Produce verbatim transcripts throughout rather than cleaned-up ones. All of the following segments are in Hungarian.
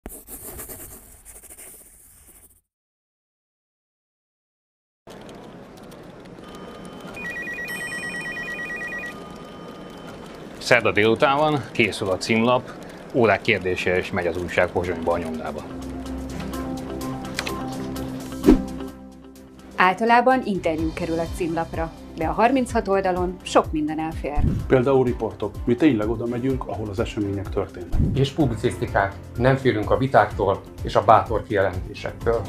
Szerda délután van, készül a címlap, órák kérdése és megy az újság Pozsonyba a nyomdába. Általában interjú kerül a címlapra, de a harminchat oldalon sok minden elfér. Például riportok. Mi tényleg oda megyünk, ahol az események történnek. És publicisztikák. Nem félünk a vitáktól és a bátor kijelentésektől.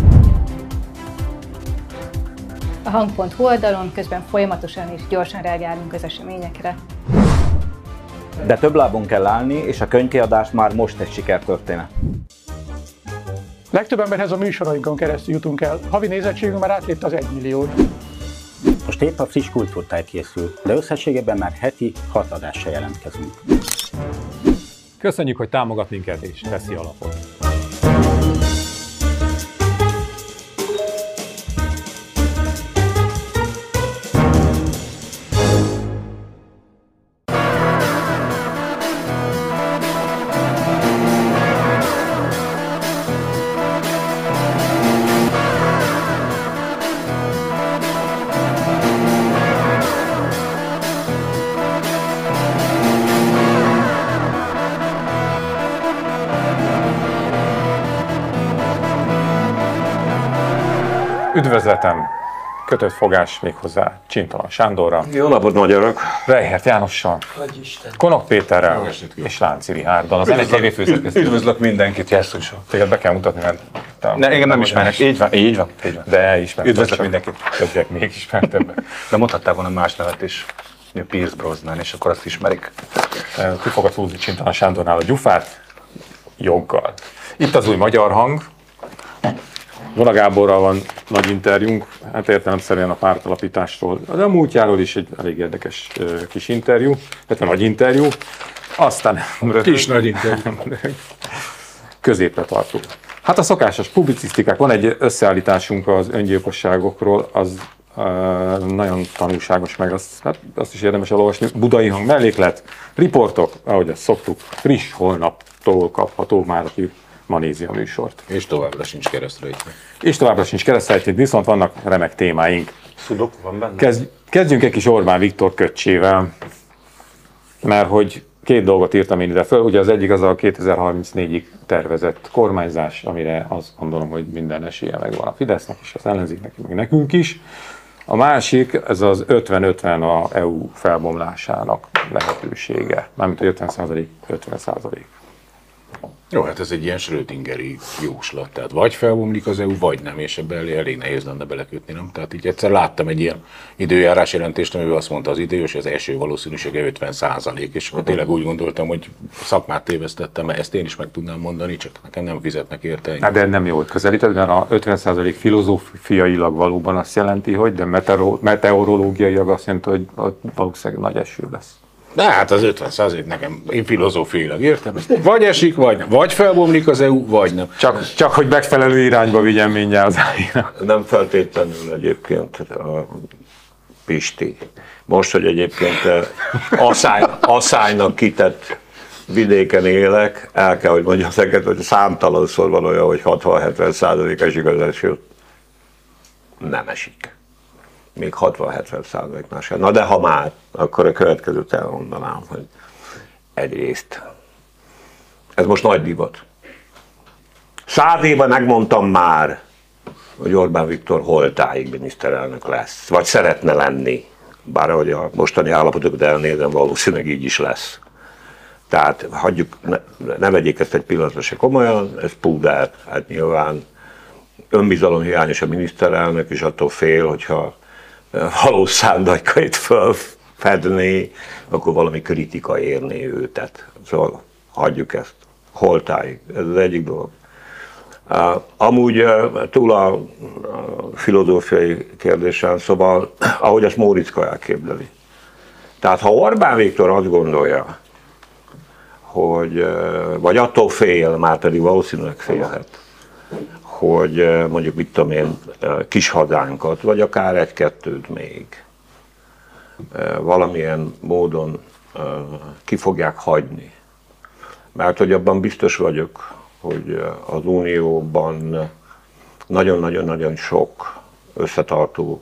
A hang pont hu oldalon közben folyamatosan és gyorsan reagálunk az eseményekre. De több lábon kell állni, és a könyvkiadás már most egy sikertörténet. Legtöbb emberhez a műsorainkon keresztül jutunk el. Havi nézettségünk már átlépte az egymilliót. Most épp a friss kultúrtáj készül, de összességében már heti hat adással jelentkezünk. Köszönjük, hogy támogat minket és veszi alapot. Üdvözletem! Kötött fogás méghozzá Csintalan Sándorra. Jó napot, magyarok! Reichert Jánossal, Konok Péterrel és Lánci Rihárddal. Az en egy té vé főszerkesztő. Üdvözlök mindenkit, Jesszusa! Téged be kell mutatni, mert... Ne, engem nem ismernek. Így van, így van. Így van. De ismertek. Üdvözlök mindenkit. Többiek még ismertebbek. De mondhattál volna más nevet is. Pierce Brosnan, és akkor azt ismerik. Ki fogod húzni Csintalan Sándornál a gyufát? Joggal. Itt az új magyar hang. Vona Gáborral van nagy interjúnk, hát értelemszerűen a pártalapítástól, de a múltjáról is egy elég érdekes uh, kis interjú, illetve nagy interjú, aztán kis nagy interjú. Középre tartó. Hát a szokásos publicisztikák, van egy összeállításunk az öngyilkosságokról, az uh, nagyon tanulságos, meg azt, hát azt is érdemes elolvasni. Budai Hang melléklet, riportok, ahogy azt szoktuk, friss, holnaptól kapható már, aki ma nézi a műsort. És továbbra sincs keresztrejtve. És továbbra sincs keresztrejtve, viszont vannak remek témáink. Szudok van benne? Kezd, kezdjünk egy kis Orbán Viktor köccsével, mert hogy két dolgot írtam én ide föl. Ugye az egyik az a kétezer-harmincnégyig tervezett kormányzás, amire azt gondolom, hogy minden esélye megvan a Fidesznek és az ellenzéknek, meg nekünk is. A másik, ez az ötven ötven a é u felbomlásának lehetősége. Mármint, hogy ötven százalék, ötven százalék. Jó, hát ez egy ilyen Schrödingeri jóslat. Tehát vagy felbomlik az é u, vagy nem, és ebben elég nehéz lenne belekötni, nem? Tehát így egyszer láttam egy ilyen időjárás jelentést, amiben azt mondta az idő, és az első valószínűsége ötven százalék, és akkor tényleg úgy gondoltam, hogy szakmát tévesztettem, mert ezt én is meg tudnám mondani, csak nekem nem fizetnek érte. Hát de nem jól közelíted, mert a ötven százalék filozófiailag valóban azt jelenti, hogy, de meteoro, meteorológiailag azt jelenti, hogy valószínűleg nagy eső lesz. De hát az ötven százalék nekem, én filozófiailag értem, vagy esik, vagy nem. Vagy felbomlik az é u, vagy nem. Csak, csak hogy megfelelő irányba vigyen mindjárt az áinak. Nem feltétlenül egyébként a Pisti. Most, hogy egyébként asszály, asszálynak kitett vidéken élek, el kell, hogy mondjam neked, hogy számtalanszor van olyan, hogy hatvan-hetven százalék esik az eső. Nem esik. Még hatvan-hetven százaléknál sem. Na de ha már, akkor a következőt elmondanám, hogy egyrészt, ez most nagy divat. Száz éve megmondtam már, hogy Orbán Viktor holtáig miniszterelnök lesz, vagy szeretne lenni, bár ahogy a mostani állapotokat elnézem, valószínűleg így is lesz. Tehát hagyjuk, ne, ne vegyék ezt egy pillanatra se komolyan, ez púder, hát nyilván önbizalomhiányos a miniszterelnök, és attól fél, hogyha valós szándékait felfedné, akkor valami kritika érné őtet. Szóval hagyjuk ezt holtáig, ez az egyik dolog. Uh, amúgy uh, túl a, a filozófiai kérdésen, szóval ahogy azt Móriczka elképzeli. Tehát ha Orbán Viktor azt gondolja, hogy, uh, vagy attól fél, már pedig valószínűleg félhet, hogy uh, mondjuk mit tudom én, uh, kis hazánkat, vagy akár egy-kettőt még uh, valamilyen módon uh, ki fogják hagyni. Mert hogy abban biztos vagyok, hogy az Unióban nagyon-nagyon-nagyon sok összetartó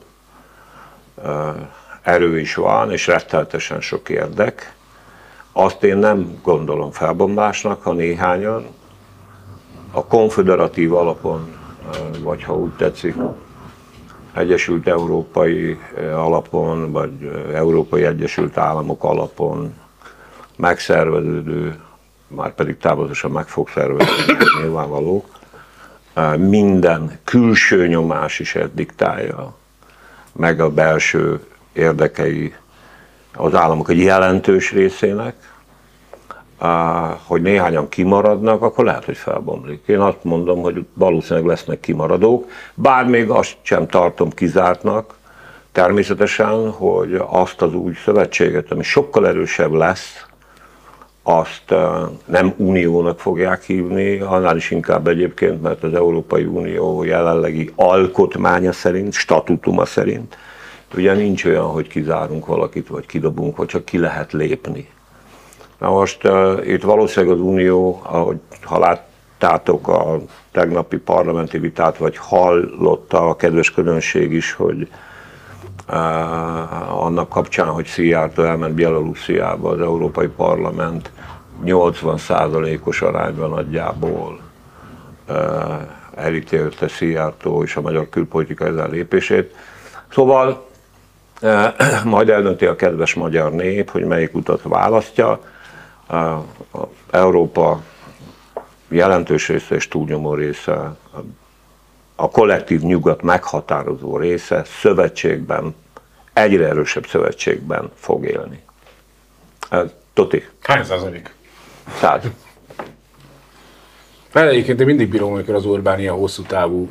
erő is van, és rettenetesen sok érdek. Azt én nem gondolom felbombásnak, ha néhányan a konföderatív alapon, vagy ha úgy tetszik, Egyesült Európai alapon, vagy Európai Egyesült Államok alapon megszerveződő, már pedig távozatosan meg fog szerveződni, nyilvánvaló, minden külső nyomás is ezt diktálja, meg a belső érdekei az államok egy jelentős részének, hogy néhányan kimaradnak, akkor lehet, hogy felbomlik. Én azt mondom, hogy valószínűleg lesznek kimaradók, bár még azt sem tartom kizártnak, természetesen, hogy azt az új szövetséget, ami sokkal erősebb lesz, azt nem uniónak fogják hívni, annál is inkább egyébként, mert az Európai Unió jelenlegi alkotmánya szerint, statutuma szerint, ugye nincs olyan, hogy kizárunk valakit, vagy kidobunk, vagy csak ki lehet lépni. Na most uh, itt valószínűleg az Unió, ahogy ha láttátok a tegnapi parlamenti vitát, vagy hallotta a kedves közönség is, hogy uh, annak kapcsán, hogy Szijjártó elment Bielorussziába, az Európai Parlament nyolcvan százalékos arányban nagyjából uh, elítélte Szijjártó és a magyar külpolitika ezen lépését. Szóval uh, majd eldönti a kedves magyar nép, hogy melyik utat választja. Uh, Európa jelentős része és túlnyomó része, a kollektív nyugat meghatározó része szövetségben, egyre erősebb szövetségben fog élni. Ez Toti. Hány százalék? Száz. Mert egyébként én mindig bírom, amikor az Orbán ilyen hosszú távú,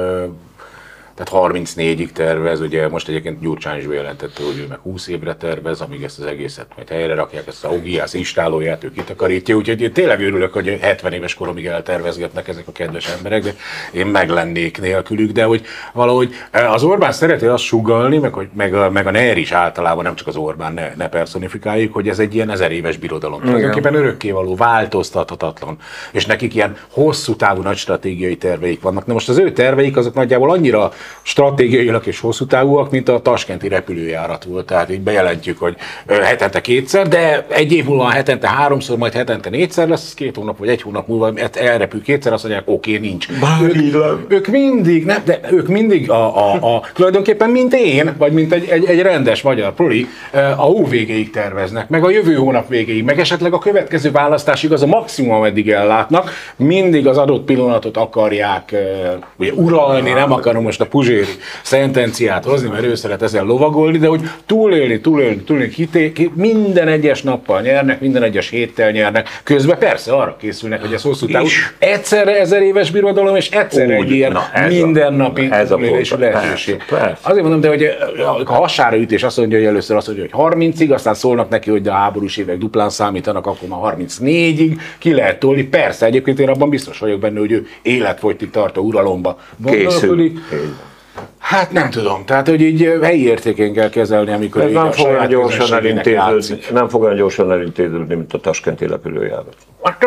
tehát harmincnégyig tervez, ugye most egyébként Gyurcsány is bejelentette, hogy ő meg húsz évre tervez, amíg ezt az egészet majd helyre rakják, ezt a Ogiász installóját, ő kitakarítja, úgyhogy én tényleg örülök, hogy hetven éves koromig eltervezgetnek ezek a kedves emberek, de én meglennék nélkülük, de hogy valahogy az Orbán szereti azt sugallni, meg, hogy, meg, a, meg a NER is általában, nem csak az Orbán, ne, ne personifikáljuk, hogy ez egy ilyen ezer éves birodalom. Tulajdonképpen örökkévaló, változtathatatlan, és nekik ilyen hosszú távú nagy stratégiai terveik vannak. Na most az ő terveik azok nagyjából annyira stratégiailag és hosszú távúak, mint a taskenti repülőjárat volt. Tehát így bejelentjük, hogy hetente kétszer, de egy év múlva hetente háromszor, majd hetente négyszer lesz, két hónap vagy egy hónap múlva elrepül kétszer, azt mondják, oké, okay, nincs. Ők, ők mindig, nem, de ők mindig a, a, a, tulajdonképpen mint én, vagy mint egy, egy, egy rendes magyar proli, a hó végéig terveznek, meg a jövő hónap végéig, meg esetleg a következő választásig az a maximum, ameddig ellátnak, mindig az adott pillanatot akarják ugye, uralni, nem akarom most a Puzséri szentenciát hozni, mert ő szeret ezzel lovagolni, de hogy túlélni, túlélni, túlélni, hité, minden egyes nappal nyernek, minden egyes héttel nyernek, közben persze arra készülnek, hogy ez hosszú távú, egyszerre ezer éves birodalom, és egyszerre egy ilyen mindennapi túlélésű lehetőség. Azért mondom, de hogy a hasára ütés azt mondja, hogy először azt mondja, hogy harmincig, aztán szólnak neki, hogy a háborús évek duplán számítanak, akkor már harmincnégyig ki lehet tolni. Persze, egyébként én abban biztos vagyok benne, hogy ő életfogytig tartó uralomba készül. Hát nem tudom, tehát hogy így helyi értékén kell kezelni, amikor ez nem a fog olyan gyorsan elintéződni, nem fog olyan gyorsan elintéződni, mint a taskenti repülőjárat.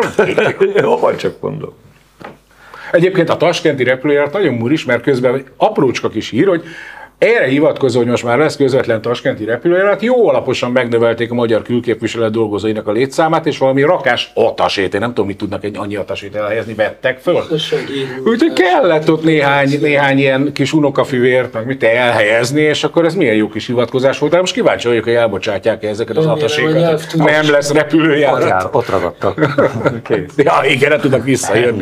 Jó, vagy csak mondom. Egyébként a taskenti repülőjárat nagyon muris, mert közben aprócska kis hír, hogy erre hivatkozó, hogy most már lesz közvetlen taskenti repülőjárat, jó alaposan megnövelték a magyar külképviselet dolgozóinak a létszámát, és valami rakás atasét, én nem tudom, mit tudnak egy annyi atasét elhelyezni, vettek föl. Úgyhogy kellett ott néhány, néhány ilyen kis unokafivért, meg mit elhelyezni, és akkor ez milyen jó kis hivatkozás volt. De most kíváncsi vagyok, hogy elbocsátják -e ezeket az atasékat. Nem lesz repülőjárat. Ott ragadtak. Ja, igen, nem tudnak visszajönni.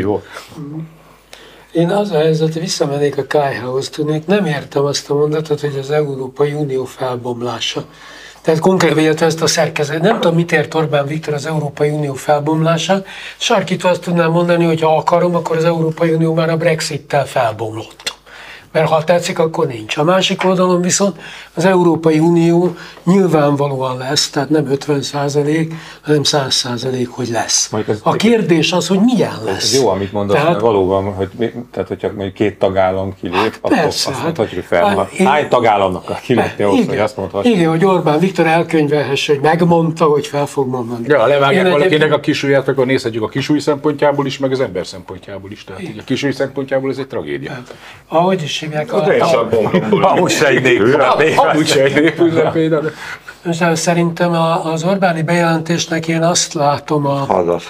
Én az a helyzet, hogy visszamennék a ká há-hoz, tudnék, nem értem azt a mondatot, hogy az Európai Unió felbomlása. Tehát konkrétan ezt a szerkezet. Nem tudom, mit ért Orbán Viktor az Európai Unió felbomlása. Sarkítva azt tudnám mondani, hogy ha akarom, akkor az Európai Unió már a Brexittel felbomlott. mert ha tetszik, akkor nincs. A másik oldalon viszont az Európai Unió nyilvánvalóan lesz, tehát nem ötven százalék, hanem száz százalék, hogy lesz. Ez, a kérdés az, hogy milyen lesz. Ez jó, amit mondasz, tehát, mert valóban, hogy, tehát hogyha mondjuk két tagállam kilép, hát akkor persze, azt mondhatjuk fel. Hát, hány tagállamnak kell kilépni ahhoz, hogy azt mondhatjuk? Igen, hogy Orbán Viktor elkönyvelhesse, hogy megmondta, hogy fel fog mondani. Ja, ha levágják valakinek a kisujját, akkor nézhetjük a kisúly szempontjából is, meg az ember szempontjából is. Tehát így a kisúly szempontjából ez egy tragédia. Ahogy is hívják a... Amúgy se egy népünnepélyre. Amúgy se egy népünnepélyre. Szerintem az Orbáni bejelentésnek én azt látom a,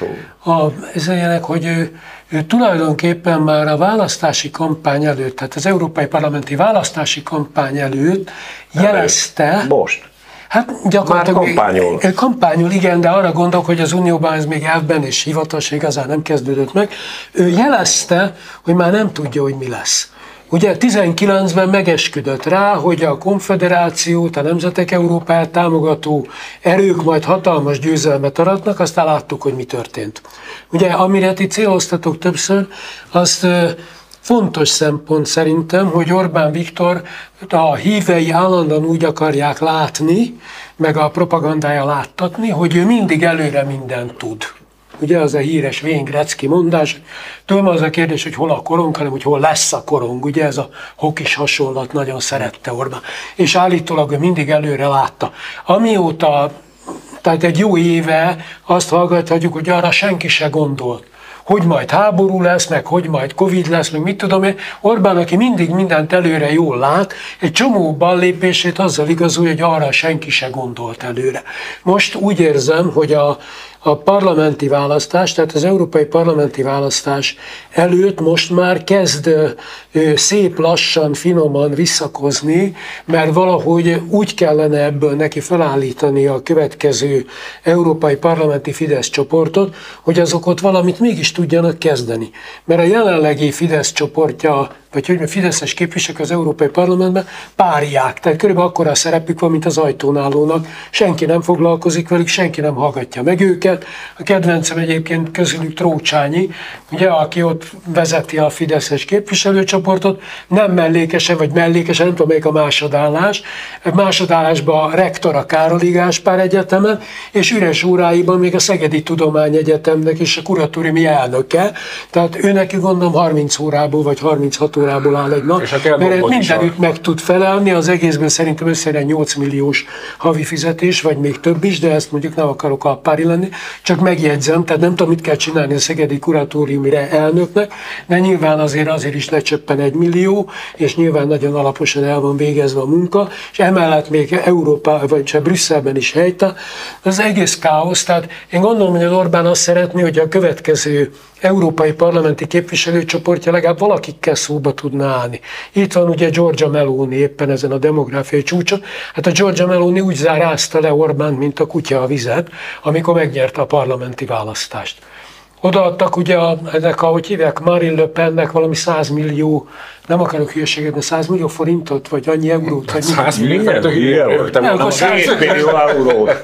a, ilyenek, hogy ő, ő tulajdonképpen már a választási kampány előtt, tehát az európai parlamenti választási kampány előtt jelezte... Most? Hát gyakorlatilag már kampányol. Még, kampányol, igen, de arra gondolok, hogy az Unióban ez még elvben és hivatalos igazán nem kezdődött meg. Ő jelezte, hogy már nem tudja, hogy mi lesz. Ugye tizenkilencben megesküdött rá, hogy a konfederációt, a Nemzetek Európáját támogató erők majd hatalmas győzelmet aratnak, aztán láttuk, hogy mi történt. Ugye, amire ti céloztatok többször, azt fontos szempont szerintem, hogy Orbán Viktor a hívei állandóan úgy akarják látni, meg a propagandája láttatni, hogy ő mindig előre mindent tud. Ugye az a híres Wayne Gretzky mondás, tőlem az a kérdés, hogy hol a korong, hanem hogy hol lesz a korong. Ugye ez a hokis hasonlat nagyon szerette Orbán. És állítólag ő mindig előre látta. Amióta, tehát egy jó éve azt hallgathatjuk, hogy arra senki se gondolt, hogy majd háború lesz, meg hogy majd Covid lesz, meg mit tudom én. Orbán, aki mindig mindent előre jól lát, egy csomó ballépését azzal igazolja, hogy arra senki se gondolt előre. Most úgy érzem, hogy a A parlamenti választás, tehát az európai parlamenti választás előtt most már kezd szép lassan, finoman visszakozni, mert valahogy úgy kellene ebből neki felállítani a következő európai parlamenti Fidesz csoportot, hogy azok ott valamit mégis tudjanak kezdeni. Mert a jelenlegi Fidesz csoportja, vagy hogy a fideszes képviselők az Európai Parlamentben páriák, tehát körülbelül akkora a szerepük van, mint az ajtón állónak. Senki nem foglalkozik velük, senki nem hallgatja meg őket. A kedvencem egyébként közülük Trócsányi, ugye, aki ott vezeti a fideszes képviselőcsoportot, nem mellékese, vagy mellékese, nem tudom melyik a másodállás. Másodállásban a rektor a Károli Gáspár Egyetemen, és üres óráiban még a Szegedi Tudományegyetemnek is a kuratóriumi elnöke. Tehát ő neki gondolom harminc órából, vagy harminchat órából áll egy nap, mert mindenütt meg tud felelni, az egészben szerintem összejön nyolc milliós havi fizetés, vagy még több is, de ezt mondjuk nem akarok alpári lenni, csak megjegyzem, tehát nem tudom, mit kell csinálni a Szegedi Kuratóriumi elnöknek, de nyilván azért azért is lecsöppen egy millió, és nyilván nagyon alaposan el van végezve a munka, és emellett még Európa, vagy csak Brüsszelben is helyta, az egész káosz, tehát én gondolom, hogy az Orbán azt szeretné, hogy a következő európai parlamenti képviselőcsoportja legalább valakikkel szóba tudna állni. Itt van ugye Giorgia Meloni éppen ezen a demográfiai csúcson. Hát a Giorgia Meloni úgy zárázta le Orbánt, mint a kutya a vizet, amikor megnyerte a parlamenti választást. Odaadtak ugye a, ennek, ahogy hívják, Marine Le Pennek valami száz millió, nem akarok hülyeséget, de száz millió forintot, vagy annyi eurót. Vagy száz millió forintot? hét millió eurót.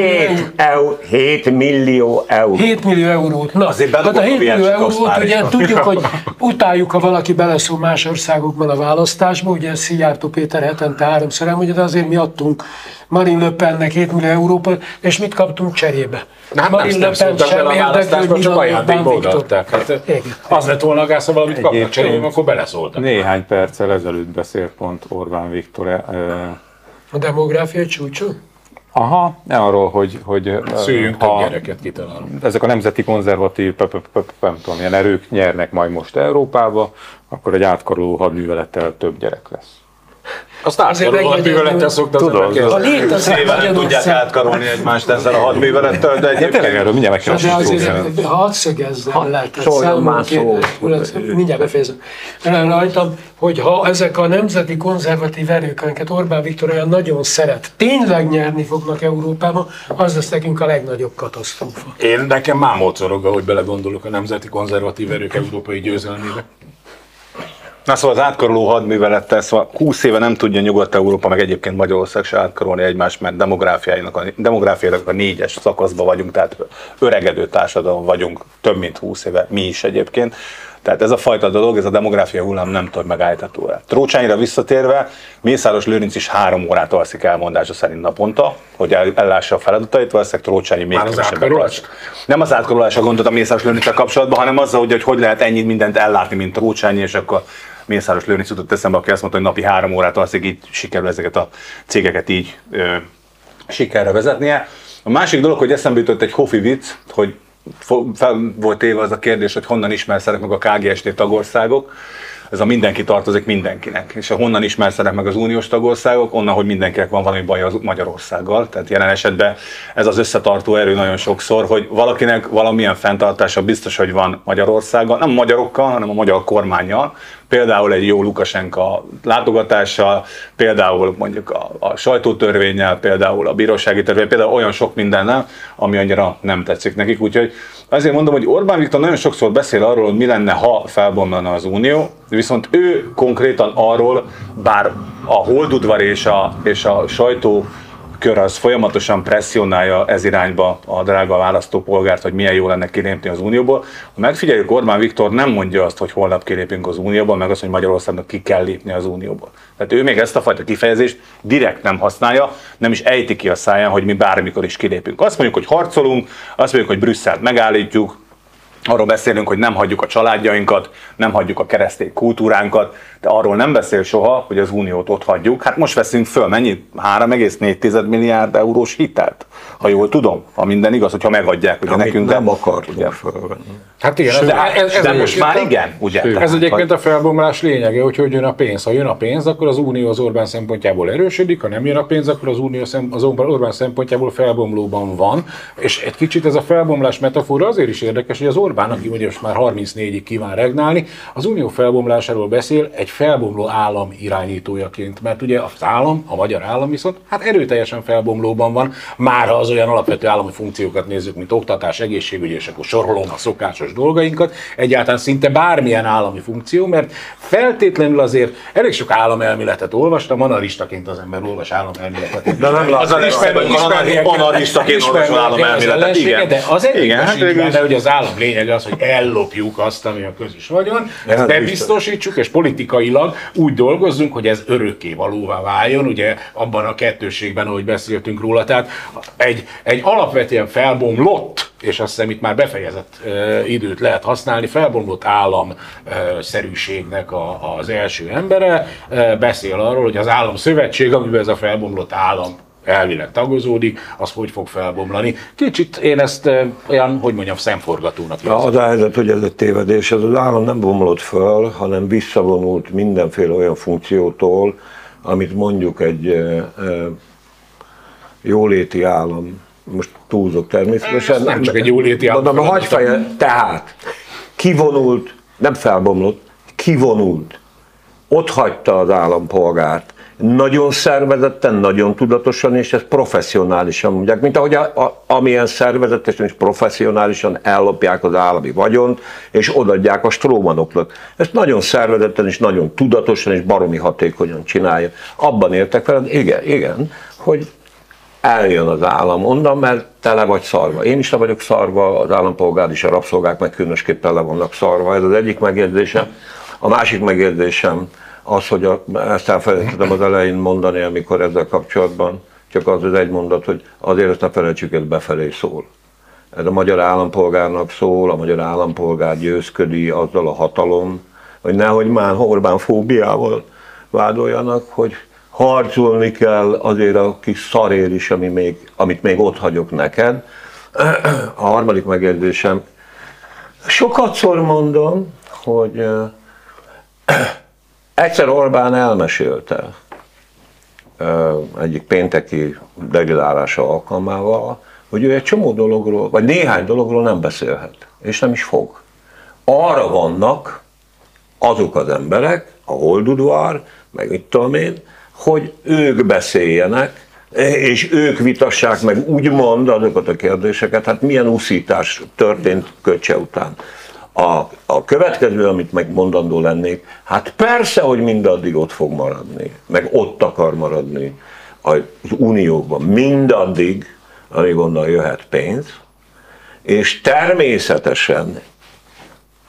hét millió eurót. hét millió eurót. Na, hát a hét millió eurót ugye tudjuk, hogy utáljuk, ha valaki beleszól más országokban a választásba, ugye Szijjártó Péter hetente háromszor elmondja, de azért mi adtunk Marine Le Pennek hét millió eurót, és mit kaptunk cserébe? Hát Marine Le Pen sem érdekli, csak ajándékba odaadták. Hát az lett volna gáz, ha valamit kapnak cserébe, akkor beleszóltak. Néhány perccel ezelőtt beszélt pont Orbán Viktor. A demográfiai csúcson? Aha, ne arról, hogy, hogy szüljünk több gyereket, kitalálunk. Ezek a nemzeti konzervatív, nem tudom, ilyen erők nyernek majd most Európába, akkor egy átkaroló hadművelettel több gyerek lesz. Azt átkaroló hadművelettel szokta az ember kezdeni. Szépen tudják átkarolni egymást ezzel a hadművelettel, de egyébként... Tényleg erről mindjárt meg kell szó. Hadd szögezzem le, mindjárt befejezem. Rajtam, hogy ha ezek a nemzeti konzervatív erők, amiket Orbán Viktor olyan nagyon szeret, tényleg nyerni fognak Európában, az lesz nekünk a legnagyobb katasztrófa. Én nekem már mocorog, ahogy belegondolok a nemzeti konzervatív erők európai győzelmébe. Na szóval az átkaroló hadművelettel, szóval húsz éve nem tudja Nyugat-Európa, meg egyébként Magyarország se átkarolni egymást, mert demográfiájának a, demográfiájának a négyes szakaszban vagyunk, tehát öregedő társadalom vagyunk több mint húsz éve, mi is egyébként. Tehát ez a fajta dolog, ez a demográfia hullám nem tud megállítható el. Trócsányra visszatérve, Mészáros Lőrinc is három órát alszik elmondása szerint naponta, hogy ellássa a feladatait, valószínűleg Trócsányi még kevesebbet alszik. Nem az átkarolásra gondoltam Mészáros Lőrinccel kapcsolatban, hanem azzal, hogy, hogy hogy lehet ennyi mindent ellátni, mint Trócsányi, és akkor Mészáros Lőrinc jutott eszembe, aki azt mondta, hogy napi három órát alszik, így sikerül ezeket a cégeket így ö, sikerre vezetnie. A másik dolog, hogy eszembe jutott egy Hofi vicc, hogy fel volt éve az a kérdés, hogy honnan ismerszerek meg a ká gé es té tagországok. Ez a mindenki tartozik mindenkinek. És honnan ismerszerek meg az uniós tagországok? Onnan, hogy mindenkinek van valami baj az Magyarországgal. Tehát jelen esetben ez az összetartó erő nagyon sokszor, hogy valakinek valamilyen fenntartása biztos, hogy van Magyarországgal, nem a magyarokkal, hanem a magyar kormánnyal. Például egy jó Lukasenka látogatással, például mondjuk a, a sajtótörvénnyel, például a bírósági törvény, például olyan sok mindennel, ami annyira nem tetszik nekik. Úgyhogy azért mondom, hogy Orbán Viktor nagyon sokszor beszél arról, hogy mi lenne, ha felbomlana az Unió, viszont ő konkrétan arról, bár a holdudvar és a, és a sajtó kör az folyamatosan presszionálja ez irányba a drága választópolgárt, hogy milyen jó lenne kilépni az Unióból. Ha megfigyeljük, Orbán Viktor nem mondja azt, hogy holnap kilépünk az Unióból, meg azt, hogy Magyarországnak ki kell lépni az Unióból. Tehát ő még ezt a fajta kifejezést direkt nem használja, nem is ejti ki a száján, hogy mi bármikor is kilépünk. Azt mondjuk, hogy harcolunk, azt mondjuk, hogy Brüsszelt megállítjuk, arról beszélünk, hogy nem hagyjuk a családjainkat, nem hagyjuk a keresztény kultúránkat, de arról nem beszél soha, hogy az Uniót ott hagyjuk. Hát most veszünk föl mennyit? három egész négy milliárd eurós hitelt, ha jól tudom, ha minden igaz, hogyha megadják ugye nekünk. Nem akartunk fölvenni. Hát igen, Sőt, ez, ez, ez de most már igen, ugye? Sőt, ez egyébként a felbomlás lényege, hogy hogy jön a pénz. Ha jön a pénz, akkor az Unió az Orbán szempontjából erősödik, ha nem jön a pénz, akkor az Unió az Orbán szempontjából felbomlóban van. És egy kicsit ez a felbomlás metafora azért is érdekes, hogy az Orbán, aki ugye most már harmincnégyig kíván regnálni, az Unió felbomlásáról beszél egy felbomló állam irányítójaként. Mert ugye az állam, a magyar állam viszont hát erőteljesen felbomlóban van, már ha az olyan alapvető állami funkciókat nézzük, mint oktatás, egészségügy, és akkor sorolom a szokásos dolgainkat, egyáltalán szinte bármilyen állami funkció, mert feltétlenül azért elég sok államelméletet olvastam, analistaként az ember olvas államelméletet. De nem az az analistaként olvasol államelméletet, igen. De az egyik igen, hát így benne, hogy az állam lényege az, hogy ellopjuk azt, ami a közös vagyon, ezt bebiztosítsuk, és politikailag úgy dolgozzunk, hogy ez örökké valóvá váljon, ugye abban a kettősségben, ahogy beszéltünk róla. Tehát egy, egy alapvetően felbomlott, és azt hiszem itt már befejezett e, időt lehet használni, felbomlott államszerűségnek a, az első embere e, beszél arról, hogy az államszövetség, amiben ez a felbomlott állam elvileg tagozódik, az hogy fog felbomlani. Kicsit én ezt e, olyan, hogy mondjam, szemforgatónak érzem. Az a helyzet, hogy ez egy tévedés, ez az állam nem bomlott föl, hanem visszavonult mindenféle olyan funkciótól, amit mondjuk egy e, e, jóléti állam, most túlzok természetesen. Ez nem csak egy jóléti állam. Mondom, hagyj feje, tehát kivonult, nem felbomlott, kivonult. Ott hagyta az állampolgárt. Nagyon szervezetten, nagyon tudatosan, és ezt professzionálisan mondják, mint ahogy a, a, amilyen szervezetesen és professzionálisan ellopják az állami vagyont, és odaadják a strómanoknak. Ezt nagyon szervezetten és nagyon tudatosan és baromi hatékonyan csinálja. Abban értek fel, igen, igen, hogy eljön az állam onnan, mert tele vagy szarva. Én is le vagyok szarva, az állampolgár is, a rabszolgák meg különösképpen le vannak szarva. Ez az egyik megjegyzésem. A másik megjegyzésem az, hogy a, ezt elfelejtettem az elején mondani, amikor ezzel kapcsolatban, csak az az egy mondat, hogy azért ezt ne felejtsük, ez befelé szól. Ez a magyar állampolgárnak szól, a magyar állampolgár győzködi azzal a hatalom, hogy nehogy már Orbán fóbiával vádoljanak, hogy harcolni kell azért a kis szarér is, ami még, amit még ott hagyok neked. A harmadik megjegyzésem, sokatszor mondom, hogy uh, egyszer Orbán elmesélte uh, egyik pénteki degridálása alkalmával, hogy ő egy csomó dologról, vagy néhány dologról nem beszélhet, és nem is fog. Arra vannak azok az emberek, a holdudvar, meg mit tudom én, hogy ők beszéljenek, és ők vitassák meg úgymond azokat a kérdéseket, hát milyen úszítás történt Köcse után. A, a következő, amit megmondandó lennék, hát persze, hogy mindaddig ott fog maradni, meg ott akar maradni az Unióban, mindaddig, amíg onnan jöhet pénz, és természetesen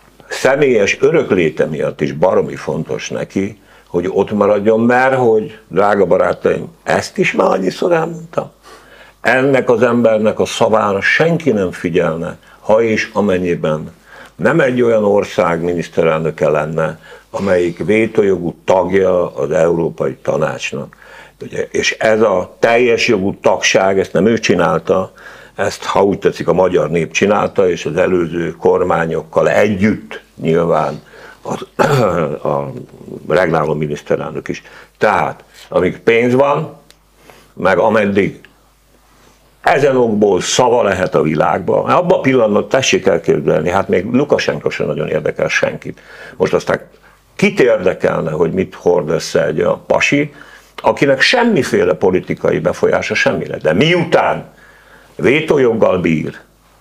személyes örökléte miatt is baromi fontos neki, hogy ott maradjon, mert hogy, drága barátaim, ezt is már annyiszor elmondtam. Ennek az embernek a szavára senki nem figyelne, ha és amennyiben nem egy olyan ország miniszterelnöke lenne, amelyik vétójogú tagja az Európai Tanácsnak. Ugye, és ez a teljes jogú tagság, ezt nem ő csinálta, ezt, ha úgy tetszik, a magyar nép csinálta, és az előző kormányokkal együtt nyilván a, a regnáló miniszterelnök is. Tehát, amíg pénz van, meg ameddig ezen okból szava lehet a világban, abban a pillanatban tessék elképzelni, hát még Lukasenko sem nagyon érdekel senkit. Most aztán kit érdekelne, hogy mit hord össze egy a pasi, akinek semmiféle politikai befolyása semmire. De miután vétójoggal bír,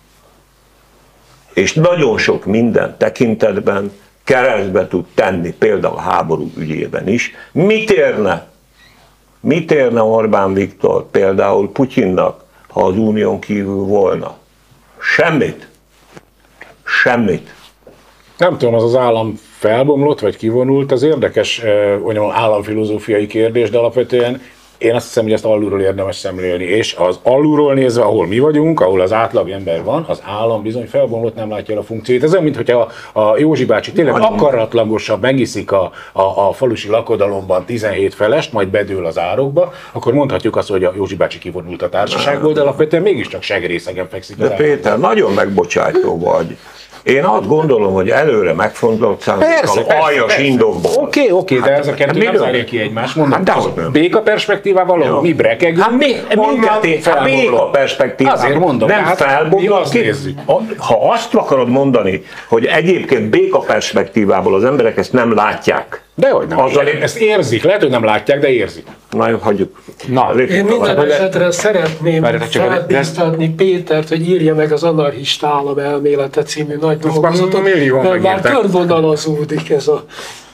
és nagyon sok minden tekintetben keresztbe tud tenni, például a háború ügyében is, mit érne? Mit érne Orbán Viktor például Putyinnak, ha az unión kívül volna? Semmit. Semmit. Nem tudom, az az állam felbomlott, vagy kivonult, az érdekes olyan államfilozófiai kérdés, de alapvetően én azt hiszem, hogy ezt alulról érdemes szemlélni, és az alulról nézve, ahol mi vagyunk, ahol az átlag ember van, az állam bizony felbomlott, nem látja el a funkciót. Ez olyan, mintha a, a Józsi bácsi tényleg akaratlagosan megiszik a, a, a falusi lakodalomban tizenhét felest, majd bedől az árokba, akkor mondhatjuk azt, hogy a Józsi bácsi kivonult a társaságból, de alapvetően mégiscsak segrészegen fekszik. De Péter, nagyon megbocsájtó vagy. Én azt gondolom, hogy előre megfontolt szándékkal, aljas indokból. Oké, oké, de ez a kettő nem zárja ki egymást. Mondom, hát béka perspektívával, ahol mi brekegünk, hát mi, minket hát béka perspektívával. Azért mondom, nem hát felbomlott ki. Ha azt akarod mondani, hogy egyébként béka perspektívából az emberek ezt nem látják. Dehogy nem, azzal én, ezt érzik, lehet, hogy nem látják, de érzik. Na jó, hagyjuk. Na, én minden esetre szeretném felbíztatni Pétert, hogy írja meg az Anarchista Állam elmélete című nagy dolgozatot, mert már körvonalazódik ez a...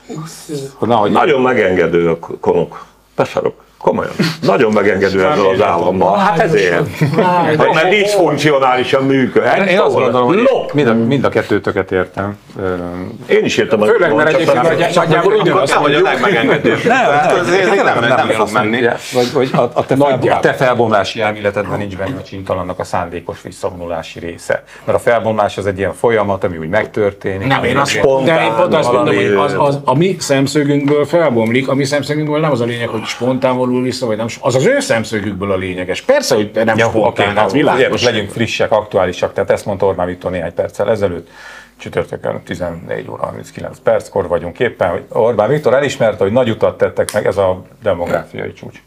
Na, nagyon megengedő a konok. Beszarok. Komolyan. Nagyon megengedő ezzel az állammal. Hát ezért. Mert diszfunkcionálisan működik. Én azt gondolom, hogy mind a, mind a kettőtöket értem. Én is értem. Főleg, mert egyébként nagyjából ugyanazt mondjuk. Nem, hogy a legmegengedőbb. Nem fogok menni. Vagy a te felbomlási elméletedben nincs benne a csintalannak a szándékos visszavonulási része. Mert a felbomlás az egy ilyen folyamat, ami úgy megtörténik. Nem, én azt mondom, hogy a mi szemszögünkből felbomlik, a mi szemszögünkből nem az a lényeg, hogy spontán vissza, vagy nem, az az ő szemszögükből a lényeges. Persze, hogy nem ja, spontán, okay, hát világos. Most legyünk frissek, aktuálisak, tehát ezt mondta Orbán Viktor néhány perccel ezelőtt, csütörtökön tizennégy óra harminckilenc perckor vagyunk éppen, hogy Orbán Viktor elismerte, hogy nagy utat tettek meg, ez a demográfiai csúcs.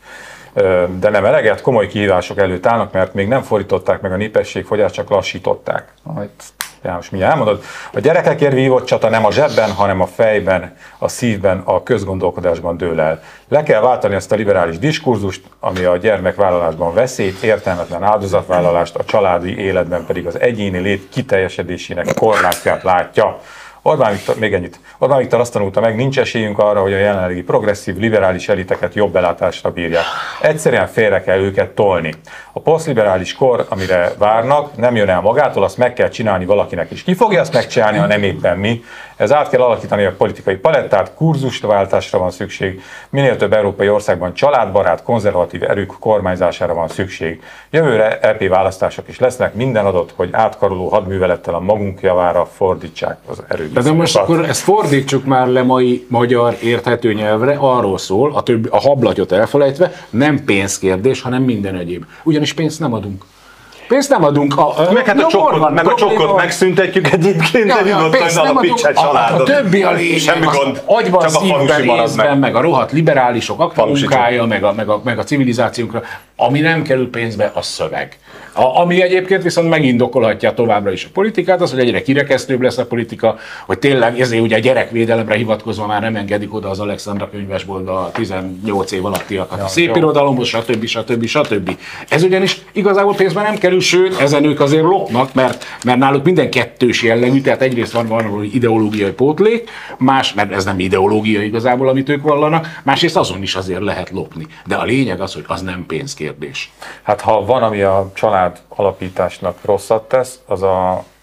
De nem eleget, komoly kihívások előtt állnak, mert még nem fordították meg a népességfogyást, csak lassították. János, mi elmondod? A gyerekekért vívott csata nem a zsebben, hanem a fejben, a szívben, a közgondolkodásban dől el. Le kell váltani ezt a liberális diskurzust, ami a gyermekvállalásban veszélyt, értelmetlen áldozatvállalást, a családi életben pedig az egyéni lét kiteljesedésének korlátját látja. Orbán Viktor, még ennyit. Orbán Viktor azt tanulta meg, nincs esélyünk arra, hogy a jelenlegi progresszív, liberális eliteket jobb belátásra bírják. Egyszerűen félre kell őket tolni. A posztliberális kor, amire várnak, nem jön el magától, azt meg kell csinálni valakinek is. Ki fogja azt megcsinálni, ha nem éppen mi? Ez át kell alakítani a politikai palettát, kurzusváltásra van szükség. Minél több európai országban családbarát, konzervatív erők kormányzására van szükség. Jövőre é pé választások is lesznek, minden adott, hogy átkaroló hadművelettel a magunk javára fordítsák az erőt. De, de most akkor ezt fordítsuk már le mai magyar érthető nyelvre, arról szól, a, többi, a hablatyot elfelejtve, nem pénzkérdés, hanem minden egyéb. Ugyanis pénzt nem adunk. Pénzt nem adunk. A, a, meg hát a csokkot, meg a csokkot megszüntetjük egyébként, ja, ja, nyugodtan, hogy alapítsák családot. A, a többi a lényeg, semmi az gond, agyban, szívben, észben, meg a rohadt liberálisok aktamunkája, meg a, meg, a, meg a civilizációnkra, ami nem kerül pénzbe, a szöveg. A, ami egyébként viszont megindokolhatja továbbra is a politikát, az, hogy egyre kirekesztőbb lesz a politika, hogy tényleg ezért ugye a gyerekvédelemre hivatkozva már nem engedik oda az Alexandra könyvesboltba a tizennyolc év alattiakat. Ja, a szép irodalomhoz, stb. stb. stb. Ez ugyanis igazából pénzben nem kerül, sőt, ezen ők azért lopnak, mert, mert náluk minden kettős jellegű, tehát egyrészt van valami ideológiai pótlék, más, mert ez nem ideológia igazából, amit ők vallanak, másrészt azon is azért lehet lopni. De a lényeg az, hogy az nem pénzkérdés. Hát ha van, ami a család alapításnak rosszat tesz, az a,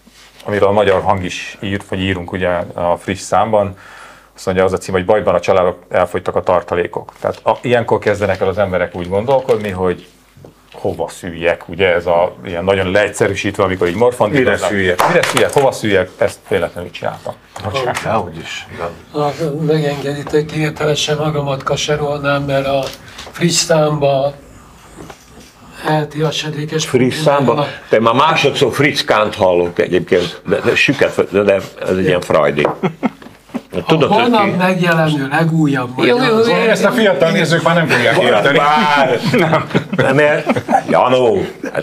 amiről a Magyar Hang is írt, vagy írunk ugye a friss számban, azt mondja, az a cím, hogy bajban a családok, elfogytak a tartalékok. Tehát a, ilyenkor kezdenek el az emberek úgy gondolkodni, hogy hova szüljek, ugye ez a ilyen nagyon leegyszerűsítve, amikor így morfondítom. Mire szüljek? Mire szüljek, hova szüljek, ezt véletlenül csináltam. Ahogy is. Ha megengeditek, kivételesen magamat kaserolnám, mert a friss számba heti esedékes... Friss számba? Te már másodszor fritzkánt hallok egyébként, de, de süket, de, de ez egy ilyen frajdi. Tudod, a holnap megjelenő legújabb magyar. Jó, jó, ezt a fiatal nézők már nem fogják érteni. Bár, nem. Nem ér? Janó.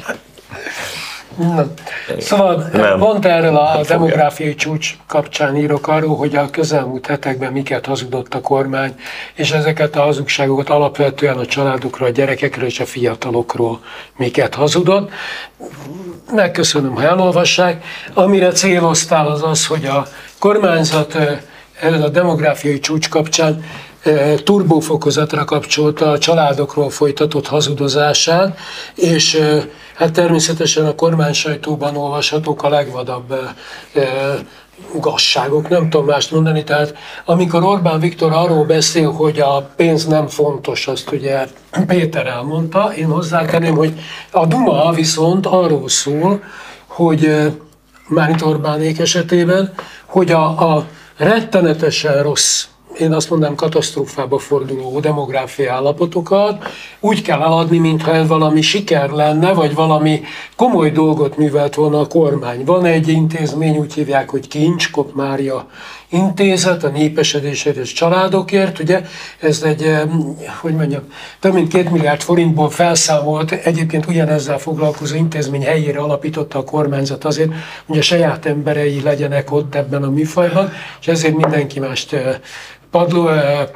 Na, szóval nem. Pont erről a demográfiai csúcs kapcsán írok arról, hogy a közelmúlt hetekben miket hazudott a kormány, és ezeket a hazugságokat alapvetően a családokról, a gyerekekről és a fiatalokról miket hazudott. Megköszönöm, ha elolvassák. Amire céloztál az az, hogy a kormányzat a demográfiai csúcs kapcsán turbófokozatra kapcsolta a családokról folytatott hazudozását, és hát természetesen a kormány sajtóban olvashatók a legvadabb gazságok, nem tudom mást mondani, tehát amikor Orbán Viktor arról beszél, hogy a pénz nem fontos, azt ugye Péter elmondta, én hozzátenném, hogy a Duma viszont arról szól, hogy mármint Orbánék esetében, hogy a, a rettenetesen rossz, én azt mondanám katasztrófába forduló demográfiai állapotokat úgy kell eladni, mintha ez valami siker lenne, vagy valami komoly dolgot művelt volna a kormány. Van egy intézmény, úgy hívják, hogy Kincs, Kopp Mária Intézet, a népesedésért és családokért, ugye ez egy, hogy mondjam, több mint két milliárd forintból felszámolt, egyébként ugyanezzel foglalkozó intézmény helyére alapította a kormányzat azért, hogy a saját emberei legyenek ott ebben a műfajban, és ezért mindenki mást padló,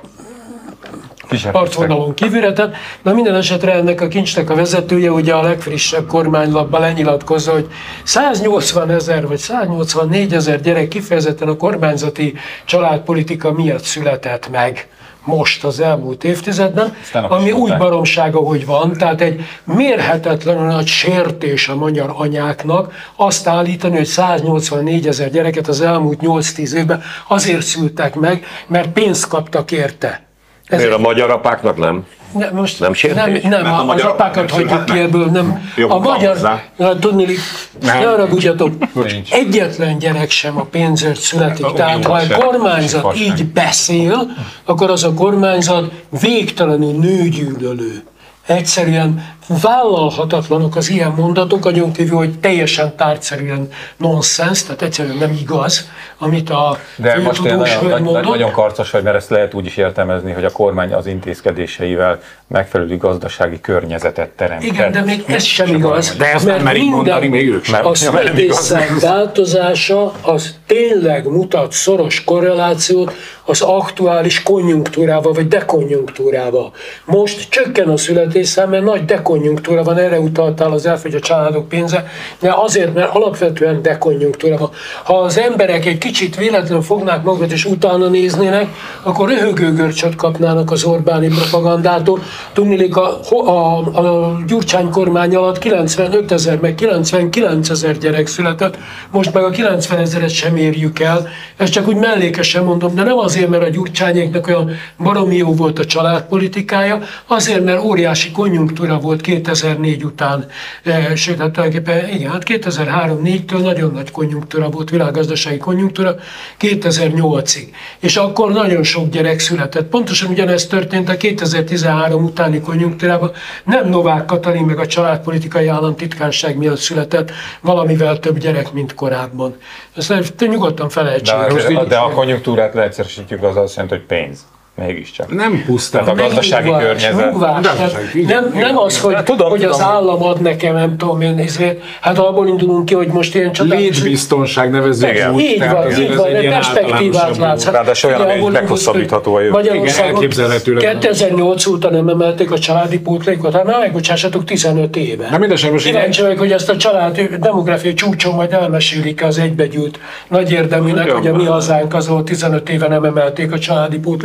partvonalon kívülre tett. Na minden esetre ennek a Kincsnek a vezetője ugye a legfrissebb kormánylapban lenyilatkozza, hogy száznyolcvan ezer vagy száznyolcvannégy ezer gyerek kifejezetten a kormányzati családpolitika miatt született meg most az elmúlt évtizedben, ami úgy baromsága, hogy van, tehát egy mérhetetlenül nagy sértés a magyar anyáknak azt állítani, hogy száznyolcvannégy ezer gyereket az elmúlt nyolc-tíz évben azért szültek meg, mert pénzt kaptak érte. Ez Miért a magyar apáknak nem? Ne, most nem sértés? Nem, nem a, az apákat hagyjuk ki ebből, nem. A magyar, tudni, ne haragudjatok, egyetlen gyerek sem a pénzért születik. Hát, tehát ha egy kormányzat így beszél, akkor az a kormányzat végtelenül nőgyűlölő. Egyszerűen vállalhatatlanok az ilyen mondatok, agyon kívül, hogy teljesen tárgyszerűen nonsens, tehát egyszerűen nem igaz, amit a De most én nagyon, mondott. nagyon karcos vagy, mert ezt lehet úgy is értelmezni, hogy a kormány az intézkedéseivel megfelelő gazdasági környezetet teremt. Igen, de még ez sem igaz. De ezt nem merik mondani, még ők sem. A születésszám változása az tényleg mutat szoros korrelációt az aktuális konjunktúrával, vagy dekonjunktúrával. Most csökken a születésszám, mert nagy dekonjunktúra van, erre utaltál, az elfogy a családok pénze, de azért, mert alapvetően dekonjunktúra van. Ha az emberek egy kicsit véletlenül fognák magukat és utána néznének, akkor röhögőgörcsöt kapnának az Orbáni propagandától. Tudniillik, a, a, a Gyurcsány kormány alatt kilencvenöt ezer, meg kilencvenkilenc ezer gyerek született, most meg a kilencven ezeret sem érjük el. Ezt csak úgy mellékesen mondom, de nem azért, mert a Gyurcsányéknak olyan baromi jó volt a családpolitikája, azért, mert óriási konjunktúra volt kétezer-négy után, e, sőt, hát tulajdonképpen igen, hát kétezer-három-négytől nagyon nagy konjunktúra volt, világgazdasági konjunktúra, kétezer-nyolcig. És akkor nagyon sok gyerek született. Pontosan ugyanezt történt a kétezer-tizenhárom utáni konjunktúrában. Nem Novák Katalin meg a családpolitikai államtitkárság miatt született valamivel több gyerek, mint korábban. Ezt nyugodtan felejtsük. De, de, de a konjunktúrát leegyszerűsítjük, az azt jelenti, hogy pénz. Mégiscsak. Nem pusztán. A gazdasági Megnyugvás, környezet. Nyugvás, nem, nem az, hogy, tudom, hogy tudom. az állam ad nekem, nem tudom én, ezért, hát abból indulunk ki, hogy most ilyen csodálatos... Létbiztonság nevezzük úgy. Így van, így van, egy perspektívát látsz. Ráadásul olyan, ami meghosszabbítható a jövő. Magyarországon kétezer-nyolc óta nem emelték a családi pótlékot, hát már megbocsássatok tizenöt éve. Na mindesetre most kíváncsi vagyok, hogy ezt a család demográfiai csúcson majd elmesélik az egybegyűlt nagy érdeműnek, hogy a mi hazánk az volt tizenöt éve nem emelték a családi pótlékot.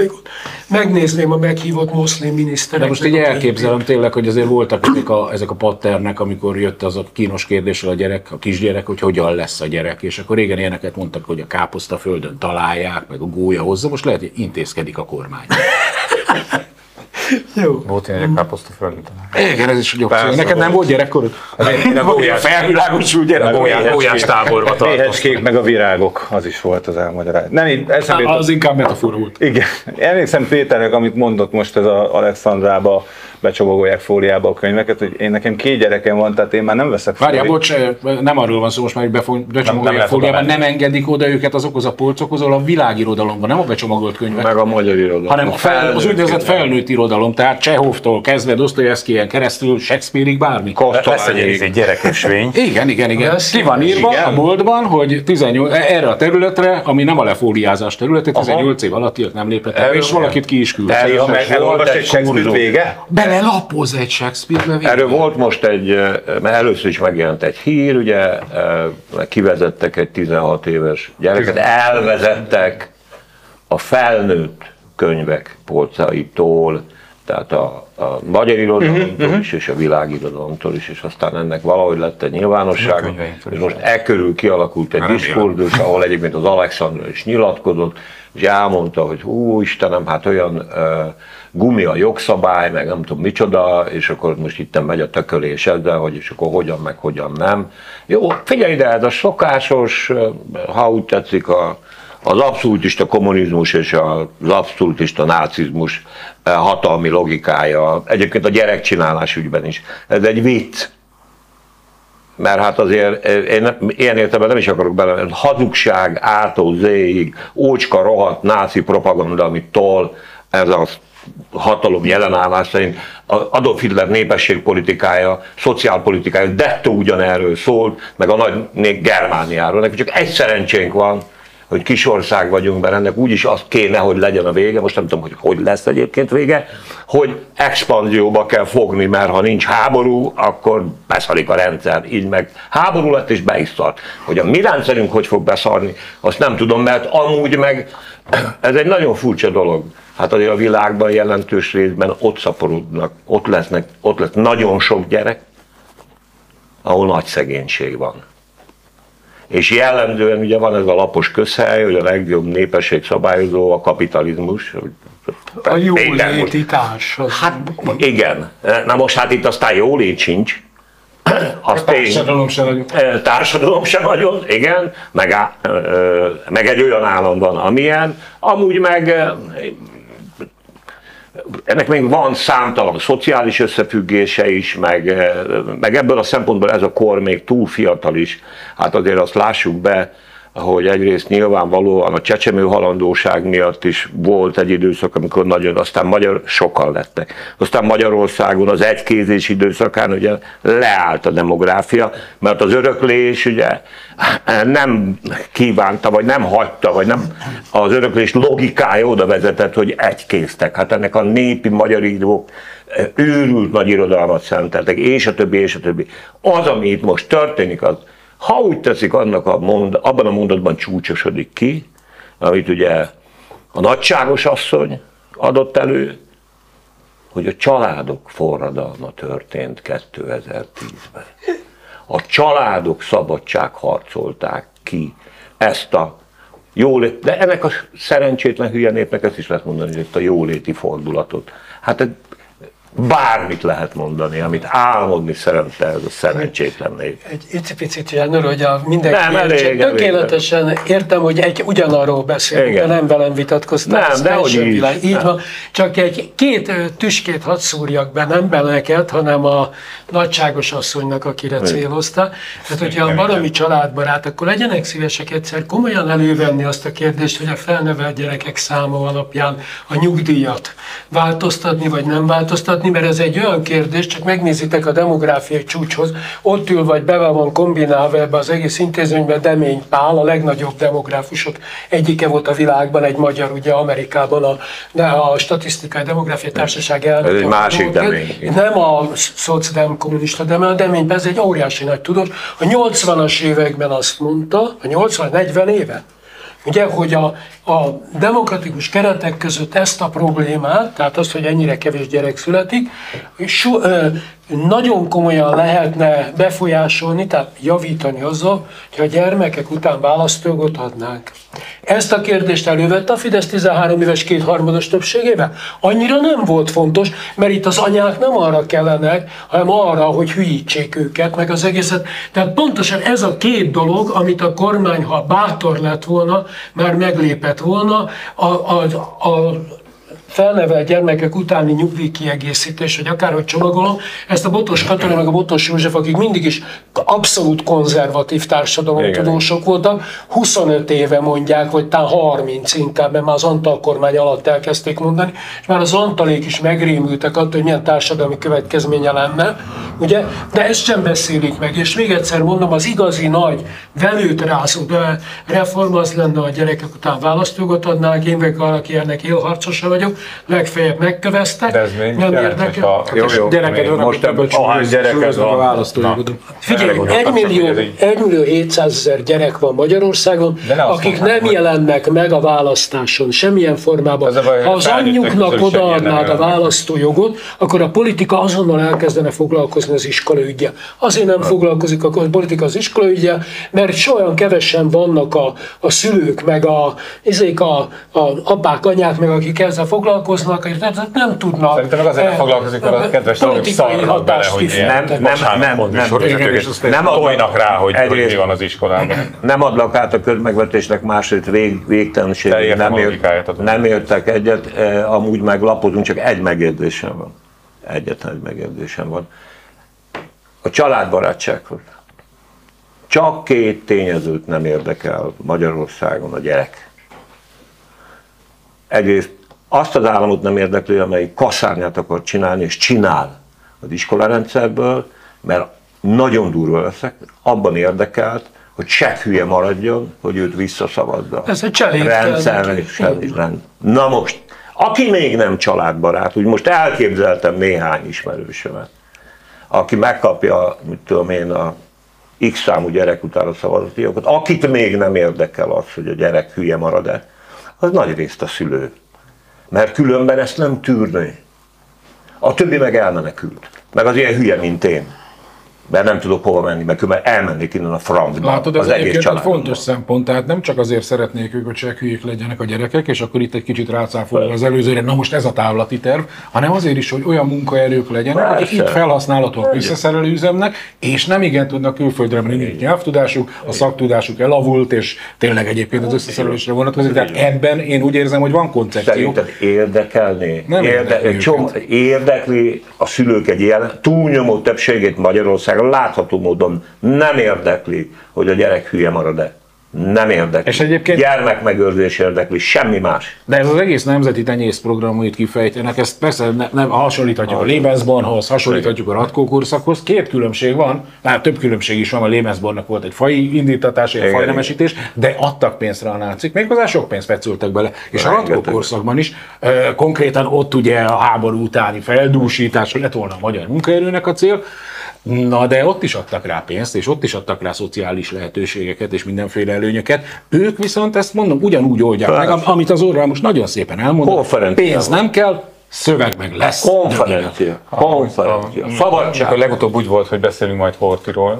megnézném a meghívott muszlim miniszterek. De most így elképzelem tényleg, hogy azért voltak ezek a, ezek a patternek, amikor jött az a kínos kérdéssel a gyerek, a kisgyerek, hogy hogyan lesz a gyerek, és akkor régen ilyeneket mondtak, hogy a káposzta földön találják, meg a gólya hozza, most lehet, hogy intézkedik a kormány. Jó. Volt én egy káposzta földön találják. Igen, ez is egy opció. Neked nem volt gyerekkorod? Én a gólyás, felvilágosult gyerek, gólyás táborba tartoztam. Méhecskék meg a virágok, az is volt az elmagyarázat. Nem, így eszembe Az inkább metafora volt. Igen. Emlékszem Péternek, amit mondott most ez az Alexandrába, becsomagolják fóliába a könyveket, hogy én nekem két gyerekem van, tehát én már nem veszek fóliát. Várjál, bocs, nem arról van szó, most már becsomagolják fóliában, nem engedik oda őket azokhoz a polcokhoz, ahol a világirodalomban, nem a becsomagolt könyvek. Meg a magyar irodalom. Hanem a fel, az úgynevezett felnőtt irodalom, tehát Csehovtól kezdve Dostoyevskijén keresztül Shakespeare-ig bármi. Lesz egy, egy gyerekesvény. Igen, igen, igen. Ki van írva igen? A boltban, hogy tizennyolc, erre a területre, ami nem a lefóliázás területe, tizennyolc év alattiak nem léphetnek be, és valakit ki is küldtek. Erről meg elolvast egy Shakespeare vége? Belelapoz egy Shakespeare vége. Erről volt most egy, mert először is megjelent egy hír, ugye, kivezettek egy tizenhat éves gyereket, elvezettek a felnőtt könyvek polcaitól, tehát a, a magyar irodalomtól uh-huh, is, és a világirodalomtól is, és aztán ennek valahogy lett egy nyilvánosság, és most e körül kialakult egy diskurzus, ahol egyébként az Alexandra is nyilatkozott, és elmondta, hogy hú, Istenem, hát olyan uh, gumi a jogszabály, meg nem tudom micsoda, és akkor most itt megy a tökölés ezzel, hogy és akkor hogyan, meg hogyan nem. Jó, figyelj ide, ez a szokásos, ha úgy tetszik, a az abszolútista kommunizmus és az abszolútista nácizmus hatalmi logikája, egyébként a gyerekcsinálás ügyben is. Ez egy vicc. Mert hát azért én ilyen értelemben nem is akarok bele, hazugság ától zéig, ócska rohadt náci propaganda, amit tol ez a hatalom jelenállás szerint. Adolf Hitler népességpolitikája, szociálpolitikája, dettó ugyanerről szólt, meg a nagy Germániáról. Nekünk csak egy szerencsénk van, hogy kis ország vagyunk, mert ennek úgyis az kéne, hogy legyen a vége, most nem tudom, hogy hogy lesz egyébként vége, hogy expanzióba kell fogni, mert ha nincs háború, akkor beszarik a rendszer, így meg háború lett és be is szart. Hogy a mi rendszerünk hogy fog beszarni, azt nem tudom, mert amúgy meg ez egy nagyon furcsa dolog. Hát azért a világban jelentős részben ott szaporodnak, ott lesznek, ott lesz nagyon sok gyerek, ahol nagy szegénység van. És jellemzően ugye van ez a lapos közhely, hogy a legjobb népességszabályozó a kapitalizmus. A jóléti társadalom. Hát igen. Na most hát itt aztán jólét sincs. A társadalom sem nagyon. Társadalom sem nagyon, igen. Meg, á, meg egy olyan állam van, amilyen. Amúgy meg ennek még van számtalan szociális összefüggése is, meg, meg ebből a szempontból ez a kor még túl fiatal is. Hát azért azt lássuk be, hogy egyrészt nyilvánvalóan a csecsemő halandóság miatt is volt egy időszak, amikor nagyon, aztán magyar sokan lettek. Aztán Magyarországon az egykézés időszakán ugye leállt a demográfia, mert az öröklés ugye nem kívánta, vagy nem hagyta, vagy nem az öröklés logikája oda vezetett, hogy egykéztek. Hát ennek a népi magyar írók őrült nagy irodalmat szenteltek, és a többi, és a többi. Az, ami itt most történik, az ha úgy teszik, annak a mond, abban a mondatban csúcsosodik ki, amit ugye a nagyságos asszony adott elő, hogy a családok forradalma történt kétezer-tízben. A családok szabadságharcolták ki ezt a jólét, de ennek a szerencsétlen hülye népnek ezt is lehet mondani, hogy ezt a jóléti fordulatot. Hát bármit lehet mondani, amit álmodni szerette ez a szerencsétlen nép. Egy icipicit Jánor, hogy a mindenki nem, elég, tökéletesen elég. Értem, hogy egy ugyanarról beszélünk, de nem velem vitatkoztál. Nem, de hogy így. Így van. Csak egy két tüskét hadd szúrjak be, nem beleket, hanem a nagyságos asszonynak, akire célozta. Tehát, hogyha a baromi családbarát, akkor legyenek szívesek egyszer komolyan elővenni azt a kérdést, hogy a felnevelt gyerekek száma alapján a nyugdíjat változtatni, vagy nem változtatni, mert ez egy olyan kérdés, csak megnézitek a demográfiai csúcshoz, ott ül vagy be van kombinálva ebbe az egész intézményben Demény Pál, a legnagyobb demográfusok egyike volt a világban, egy magyar, ugye Amerikában a, de a Statisztikai Demográfiai Társaság elnöke. Ez egy másik Demény. Nem a szocdem kommunista Demény, a Demény ez egy óriási nagy tudós. A nyolcvanas években azt mondta, a nyolcvan negyven éve, ugye, hogy a, a demokratikus keretek között ezt a problémát, tehát azt, hogy ennyire kevés gyerek születik, so, ö, nagyon komolyan lehetne befolyásolni, tehát javítani azzal, hogy a gyermekek után választójogot adnánk. Ezt a kérdést elővette a Fidesz tizenhárom éves kétharmados többségével. Annyira nem volt fontos, mert itt az anyák nem arra kellenek, hanem arra, hogy hülyítsék őket, meg az egészet. Tehát pontosan ez a két dolog, amit a kormány, ha bátor lett volna, már meglépett volna, a, a, a felnevelt gyermekek utáni nyugdíjkiegészítés, vagy akárhogy csomagolom, ezt a Botos Katalin, meg a Botos József, akik mindig is abszolút konzervatív társadalomtudósok voltak, huszonöt éve mondják, vagy talán harminc inkább, mert már az Antal kormány alatt elkezdték mondani, és már az Antalék is megrémültek attól, hogy milyen társadalmi következménye lenne, ugye? De ezt sem beszélik meg, és még egyszer mondom, az igazi nagy velőt rázó reform az lenne, a gyerekek után választójogot adnák, én meg valaki ennek élharcosa vagyok, legfeljebb megköveztek, nem érdekel. Jó, jó, gyereked van, most ahány gyereked van a választójogot. Figyelj, egy millió hétszázezer gyerek van Magyarországon, akik nem jelennek meg a választáson, semmilyen formában. Ha az anyjuknak odaadnád a választójogot, akkor a politika azonnal elkezdene foglalkozni az iskolaüggyel. Azért nem foglalkozik a politika az iskolaüggyel, mert olyan kevesen vannak a, a szülők, meg a, ezek a, a apák, anyák, meg akik ezzel foglalkoznak, és nem tudnak. Szerintem meg azért nem foglalkozik, mert a kedves tanulók szarnak bele, hogy nem, nem, nem, nem, nem adnak rá, hogy, hogy mi van az iskolában. Nem adnak át a közmegvetésnek, másrészt vég, végtelenség, nem, ért, nem értek egyet, amúgy meg lapozunk, csak egy megjegyzésem van. Egyetlen egy megjegyzésem van. A családbarátsághoz. Csak két tényezőt nem érdekel Magyarországon a gyerek. Egyrészt azt az államot nem érdekli, amelyik kaszárnyát akar csinálni, és csinál az iskolarendszerből, mert nagyon durva leszek, abban érdekelt, hogy se hülye maradjon, hogy őt visszaszavazza. Ez egy cseléd. Rendszerűen. Na most, aki még nem családbarát, úgy most elképzeltem néhány ismerősömet, aki megkapja, mit tudom én, a X számú gyerek után a szavazati jogot, akit még nem érdekel az, hogy a gyerek hülye marad-e, az nagy részt a szülő. Mert különben ezt nem tűrné. A többi meg elmenekült. Meg az ilyen hülye, mint én. Mert nem tudok hova menni, mert különben elmennék innen a francba. Látod, ez egyébként egy fontos szempont, tehát nem csak azért szeretnék ők, hogy csak hülyék legyenek a gyerekek, és akkor itt egy kicsit rácáfolva az előzőre, na most ez a távlati terv, hanem azért is, hogy olyan munkaerők legyenek, akik itt felhasználhatóak visszaszerelő üzemnek, és nem igen tudnak külföldre menni, nyelvtudásuk, a szaktudásuk elavult, és tényleg egyébként az összeszerelésre vonatkozik. Tehát ebben én úgy érzem, hogy van koncepció. Szerinted érdekelné? Nem érde, csomó, érdekli a szülők egy ilyen túlnyomó többségét Magyarországon, látható módon nem érdekli, hogy a gyerek hülye marad-e. Nem érdekli. És egyébként gyermekmegőrzés érdekli, semmi más. De ez az egész nemzeti tenyészprogram, amit kifejtenek, ezt persze ne, nem hasonlíthatjuk a Lebensbornhoz, hasonlíthatjuk a Ratkó korszakhoz. Két különbség van, már több különbség is van, a Lebensbornnak volt egy faji indítatás, egy fajnemesítés, de adtak pénzre a nácik, méghozzá sok pénzt fetszültek bele. És a Ratkó korszakban is, e, konkrétan ott ugye a háború utáni feldúsítás lett volna a magyar munkaerőnek a cél. Na de ott is adtak rá pénzt, és ott is adtak rá szociális lehetőségeket és mindenféle előnyöket. Ők viszont ezt mondom, ugyanúgy oldják meg, amit az Orbán most nagyon szépen elmondott. Pénz nem kell, szöveg meg lesz. Konferencia. Konferencia. Szabadság. A legutóbb úgy volt, hogy beszélünk majd Horthyról,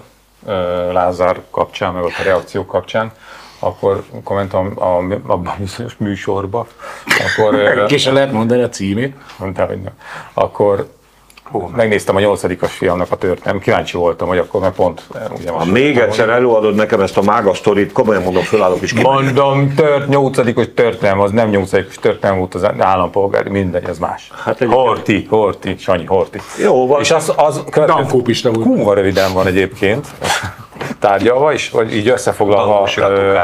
Lázár kapcsán, meg ott a reakciók kapcsán, akkor kommentem abban a bizonyos műsorba, akkor... Ki se lehet mondani a címét. Dehogy nem. Akkor Hú, megnéztem a nyolcadikos fiamnak a történet, kíváncsi voltam, hogy akkor mert pont... Ugye ha még egyszer előadod nekem ezt a mága sztorit, komolyan mondom, fölállok is kimegyek. Mondom, tört, nyolcadikos történelem, az nem nyolcadikos történelem volt az állampolgári, mindegy, ez más. Hát egy Horthy, Horthy, Sanyi, Horthy. Jó van. És az, az következő, kurva röviden van egyébként tárgyalva, és vagy így összefoglalva a,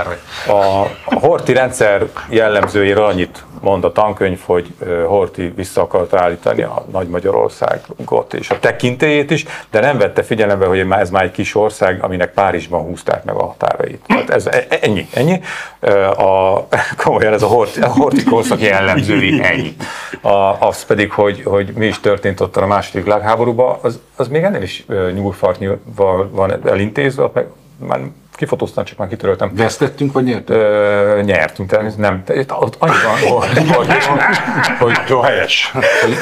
a, a Horthy rendszer jellemzőjéről annyit mond a tankönyv, hogy Horthy vissza akart állítani a Nagy Magyarországot és a tekintélyét is, de nem vette figyelembe, hogy ez már egy kis ország, aminek Párizsban húzták meg a határait. Hát ez ennyi, ennyi. A, komolyan ez a Horthy, a Horthy korszak jellemzői, ennyi. A, az pedig, hogy, hogy mi is történt ott a második világháborúban, az, az még ennél is nyúlfartnyival van elintézve, meg már kifotóztam, csak már kitöröltem. Vesztettünk, vagy nyertünk? Ö, nyertünk, tehát nem. Ott annyi van, hogy, hogy jó helyes.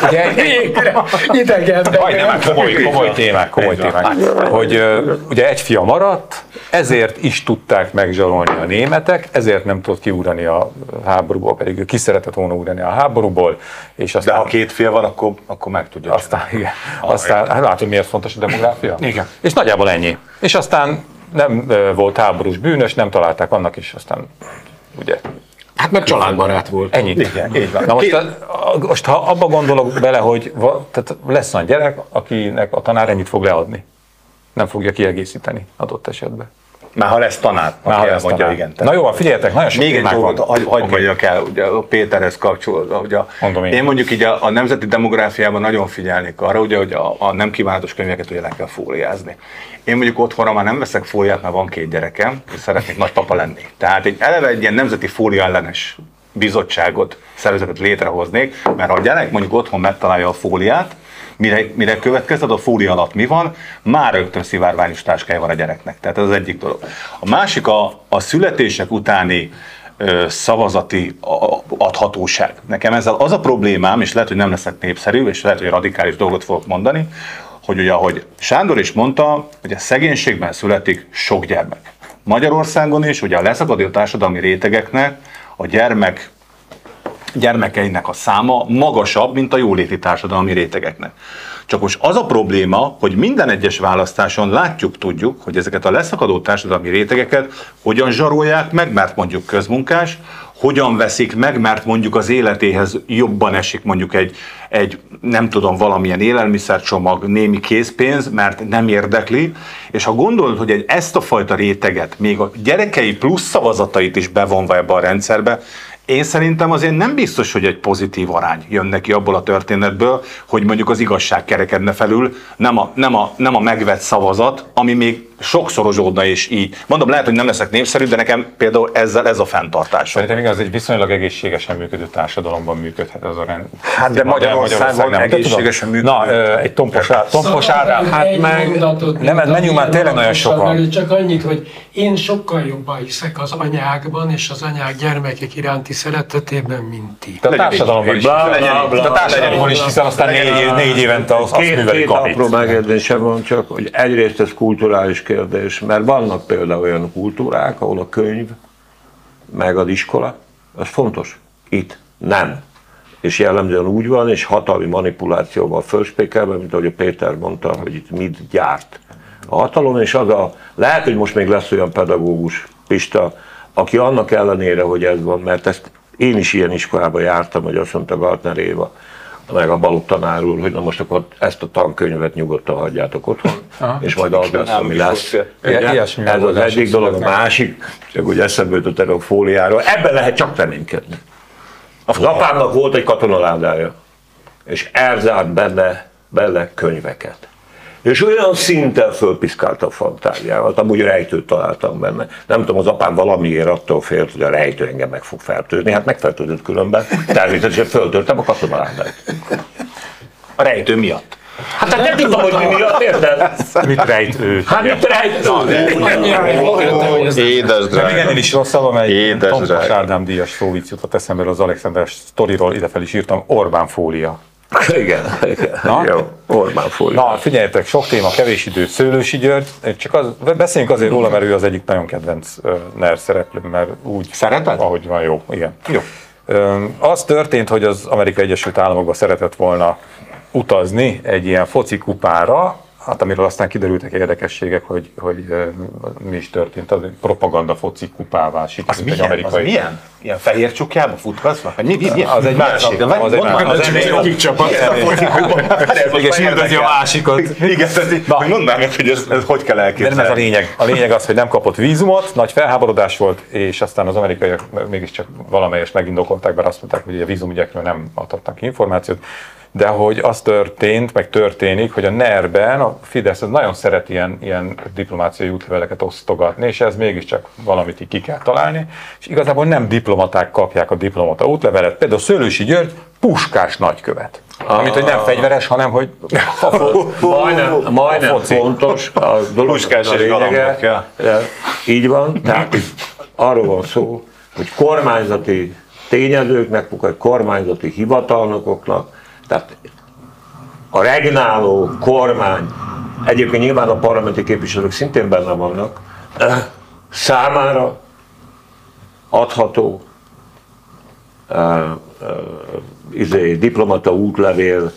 Idegen. Majdnem, komoly, komoly témák, komoly témák. Hogy ugye egy fia maradt, ezért is tudták megzsarolni a németek, ezért nem tudott kiugrani a háborúból, pedig ő ki szeretett volna ugrani a háborúból. És aztán, de ha két fia van, akkor, akkor meg tudja. Aztán, igen. Aztán, hát látod, miért fontos a demográfia? Igen. És nagyjából ennyi. És aztán nem volt háborús bűnös, nem találták annak is, aztán ugye... Hát mert családbarát volt. Ennyi. Igen, így van. Na most, most ha abba gondolok bele, hogy tehát lesz olyan gyerek, akinek a tanár ennyit fog leadni. Nem fogja kiegészíteni adott esetben. Már ha lesz tanár, Már ha lesz mondja, tanár. igen. Na jó, van, figyeljetek, nagyon sok még egy dolgot, hagy, hagy okay. mondjak el, ugye a Péterhez kapcsolódva, ugye én. én mondjuk így a, a nemzeti demográfiában nagyon figyelnék arra, ugye, hogy a, a nem kívánatos könyveket ugye le kell fóliázni. Én mondjuk otthonra már nem veszek fóliát, mert van két gyerekem, és szeretnék nagypapa lenni. Tehát egy eleve egy ilyen nemzeti fólia ellenes bizottságot, szervezetet létrehoznék, mert ha a gyerek mondjuk otthon megtalálja a fóliát, Mire, mire következted, a fólia alatt mi van, már rögtön szivárványos táskája van a gyereknek. Tehát ez az egyik dolog. A másik a, a születések utáni ö, szavazati adhatóság. Nekem ezzel az a problémám, és lehet, hogy nem leszek népszerű, és lehet, hogy radikális dolgot fogok mondani, hogy ugye, ahogy Sándor is mondta, hogy a szegénységben születik sok gyermek. Magyarországon is ugye a leszakadó társadalmi rétegeknek a gyermek gyermekeinek a száma magasabb, mint a jóléti társadalmi rétegeknek. Csak most az a probléma, hogy minden egyes választáson látjuk, tudjuk, hogy ezeket a leszakadó társadalmi rétegeket hogyan zsarolják meg, mert mondjuk közmunkás, hogyan veszik meg, mert mondjuk az életéhez jobban esik mondjuk egy, egy nem tudom, valamilyen élelmiszercsomag, némi készpénz, mert nem érdekli, és ha gondolod, hogy egy ezt a fajta réteget, még a gyerekei plusz szavazatait is bevonva ebbe a rendszerbe, én szerintem azért nem biztos, hogy egy pozitív arány jön neki abból a történetből, hogy mondjuk az igazság kerekedne felül, nem a, nem a, nem a megvett szavazat, ami még sokszorozódna és így. Mondom, lehet, hogy nem leszek népszerű, de nekem például ezzel ez a fenntartásom. Szerintem igaz, egy viszonylag egészségesen működő társadalomban működhet ez a rend. Hát de Magyarországon egészségesen működő. Na, egy tompos, tompos árám. Hát meg... Nem, menjünk már tényleg nagyon sokan. Csak annyit, hogy én sokkal jobban hiszek az anyákban és az anyák gyermekek iránti szeretetében, mint ti. De a társadalomban is, a társadalomban is, hiszen aztán négy, négy évente azt művelik, amit. Két apró megjegyzésem van csak, hogy egyrészt ez kulturális kérdés, mert vannak például olyan kultúrák, ahol a könyv, meg az iskola, az fontos. Itt nem. És jellemzően úgy van, és hatalmi manipulációval fölspékelve, mint ahogy a Péter mondta, hogy itt mit gyárt a hatalom, és az a, lehet, hogy most még lesz olyan pedagógus, Pista, aki annak ellenére, hogy ez van, mert ezt én is ilyen iskolába jártam, hogy azt mondta Gartner Éva, meg a Balogh tanár úr, hogy na most akkor ezt a tankönyvet nyugodtan hagyjátok otthon, aha, és majd az lesz, ami lesz. Ez az egyik dolog, a másik, csak úgy eszembe jutott erről a fóliáról, ebben lehet csak reménykedni. Az apámnak volt egy katonaládája, és elzárt benne, bele könyveket. És olyan szinten fölpiszkálta a fantáziámat, amúgy rejtőt találtam benne. Nem tudom, az apám valamiért attól félt, hogy a rejtő engem meg fog fertőzni. Hát megfertőzött különben. Természetesen föltörtem a katonaládát. A rejtő miatt. Hát nem tudom, hogy mi miatt, érted? Mit rejt ő? Hát mit rejt ő? Édes drága. Még ennél is rosszabb, amely Tompos Ádám díjas szóvic jutott eszembe az Alexander sztoriról, idefel is írtam, Orbán fólia. Igen, igen. Na? Jó, Orbán fólia. Na, figyeljetek, sok téma, kevés idő. Szőlősi György, csak az, beszéljünk azért róla, mert ő az egyik nagyon kedvenc uh, NER szereplő, mert úgy... Szereted? Ahogy van, jó, igen. Jó. Um, az történt, hogy az Amerikai Egyesült Államokba szeretett volna utazni egy ilyen foci kupára, hát amiről aztán kiderültek érdekességek, hogy, hogy uh, mi is történt, az propaganda foci kupává sikerült egy milyen? amerikai... Az milyen? Ilyen fehér csukjába futkoznak? Mi, mi, mi? Az egy másik. Az egy másik. Az egy csapat. És üldözi a másikot. Igen, hogy mondd meg, hogy ez, ez hogy kell elképzelni. De nem ez a lényeg. A lényeg az, hogy nem kapott vízumot, nagy felháborodás volt, és aztán az amerikaiak mégiscsak valamelyest megindokolták, bár azt mondták, hogy a vízumügyekről nem adhatnak információt. De hogy az történt, meg történik, hogy a NER-ben a Fidesz nagyon szeret ilyen, ilyen diplomáciai útleveleket osztogatni, és ez mégiscsak valamit így ki kell találni, és igazából nem diplomaták kapják a diplomata útlevelet, például Szőlősi György Puskás nagykövet. Amit, hogy nem fegyveres, hanem hogy majdnem, majdnem fontos, a dolognak a lényege, így van, tehát arról van szó, hogy kormányzati tényezőknek, vagy kormányzati hivatalnokoknak, tehát a regnáló kormány, egyébként nyilván a parlamenti képviselők szintén benne vannak, számára adható uh, uh, izé, diplomata útlevél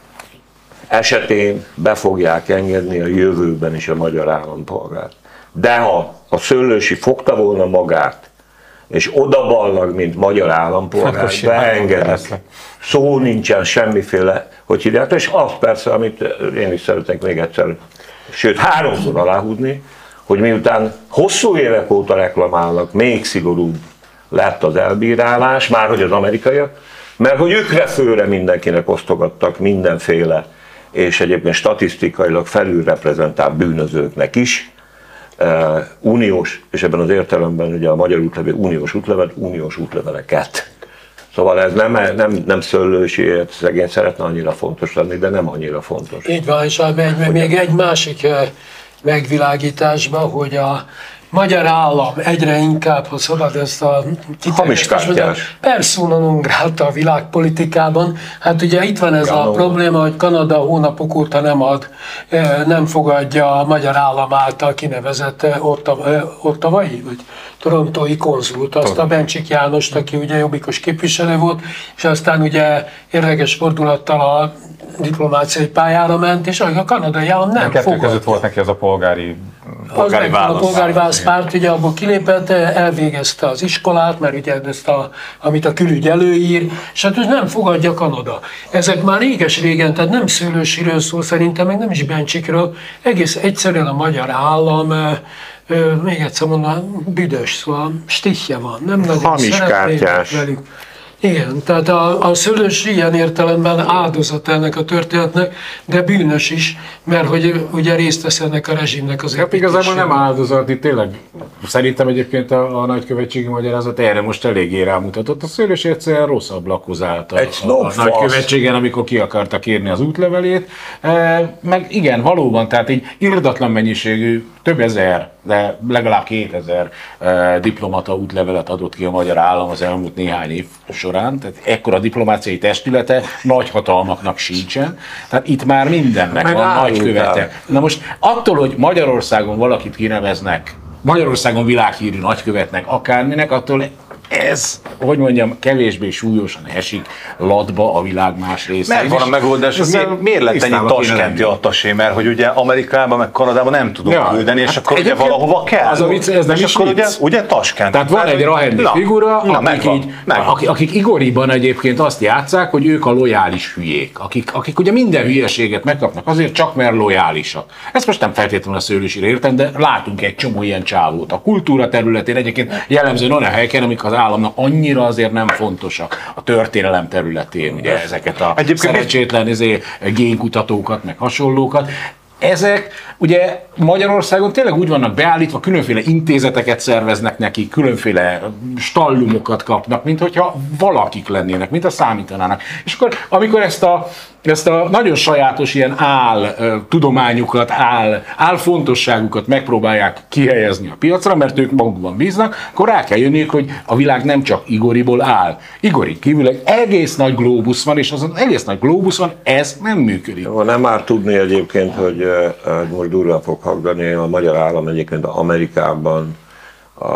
esetén be fogják engedni a jövőben is a magyar állampolgárt. De ha a Szőlősi fogta volna magát, és odaballag, mint magyar állampolgár, beengedett. Szó nincsen semmiféle, hogy hívják, és az persze, amit én is szeretnék még egyszer, sőt háromszor aláhúzni, hogy miután hosszú évek óta reklamálnak, még szigorúbb lett az elbírálás, már hogy az amerikaiak, mert hogy ükrefőre mindenkinek osztogattak mindenféle, és egyébként statisztikailag felülreprezentált bűnözőknek is, Uh, uniós, és ebben az értelemben ugye a magyar útlevél uniós útlevet, uniós útleveleket. Szóval ez nem, nem, nem Szőlősiért, szegény szeretne annyira fontos lenni, de nem annyira fontos. Így van, és még, még egy másik megvilágításban, hogy a magyar állam egyre inkább, ha szabad ezt a hamiskártyás persona non grata a világpolitikában. Hát ugye itt van ez a probléma, hogy Kanada hónapok óta nem ad, nem fogadja a magyar állam által kinevezett ottavai, vagy torontói konzult, azt a Bencsik Jánost, aki ugye jobbikos képviselő volt, és aztán ugye érdekes fordulattal a diplomáciai pályára ment, és a kanadai állam nem kettő fogadta. között volt neki az a polgári, polgári válasz. A polgári válaszpárt ugye abból kilépett, elvégezte az iskolát, mert ugye ezt a, amit a külügy előír, és hát nem fogadja Kanada. Ezek már réges-régen, tehát nem Szőlősiről szól szerintem, meg nem is Bencsikről, egész egyszerűen a magyar állam, még egyszer mondom, büdös, szóval stichje van, nem nagyon hamiskártyás velük. Igen, tehát a, a Szőlősi ilyen értelemben áldozat ennek a történetnek, de bűnös is, mert hogy ugye részt vesz ennek a rezsimnek az hát igazából nem áldozat, itt tényleg szerintem egyébként a, a nagykövetségi magyarázat erre most eléggé rámutatott. A Szőlősi egyszerűen rossz ablakhoz állt a, a, a nagykövetségen, amikor ki akarta kérni az útlevelét. E, meg igen, valóban, tehát egy irdatlan mennyiségű, több ezer, de legalább kétezer e, diplomata útlevelet adott ki a magyar állam az elmúlt néhány év során, tehát ekkora diplomáciai testülete nagy hatalmaknak sincsen, tehát itt már mindennek meg van nagykövete. Na most attól, hogy Magyarországon valakit kineveznek, Magyarországon világhírű nagykövetnek, akárminek, attól ez, hogy mondjam, kevésbé súlyosan esik latba a világ más részén. Megvan a megoldás, hogy miért, miért lett ennyi taskenti attasé, mert hogy ugye Amerikában meg Kanadában nem tudunk ja, küldeni, és hát akkor ugye valahova kell. Az a vicc, ez nem és is akkor vicc. Ugye, ugye Taskent. Tehát van egy rahendi figura, na, akik, megvan, így, megvan. Akik, akik Igoriban egyébként azt játsszák, hogy ők a lojális hülyék, akik, akik ugye minden hülyeséget megkapnak azért csak, mert lojálisak. Ezt most nem feltétlenül a Szőlősire értem, de látunk egy csomó ilyen csávót. A kultúra területén egyébként jellemzően olyan helyeken, amik az államnak annyira azért nem fontosak a történelem területén, ugye ezeket a egyébként szerencsétlen izé, génkutatókat, meg hasonlókat. Ezek ugye Magyarországon tényleg úgy vannak beállítva, különféle intézeteket szerveznek neki, különféle stallumokat kapnak, mint hogyha valakik lennének, mint a számítanának. És akkor amikor ezt a, ezt a nagyon sajátos ilyen áll tudományukat, áll, áll fontosságukat megpróbálják kihelyezni a piacra, mert ők magukban bíznak, akkor rá kell jönniük, hogy a világ nem csak Igoriból áll. Igori kívül egy egész nagy glóbusz van, és azon egész nagy glóbuszon ez nem működik. Jó, nem már tudni egyébként, hogy uh, most durva fog hangzani, a magyar állam egyébként Amerikában a,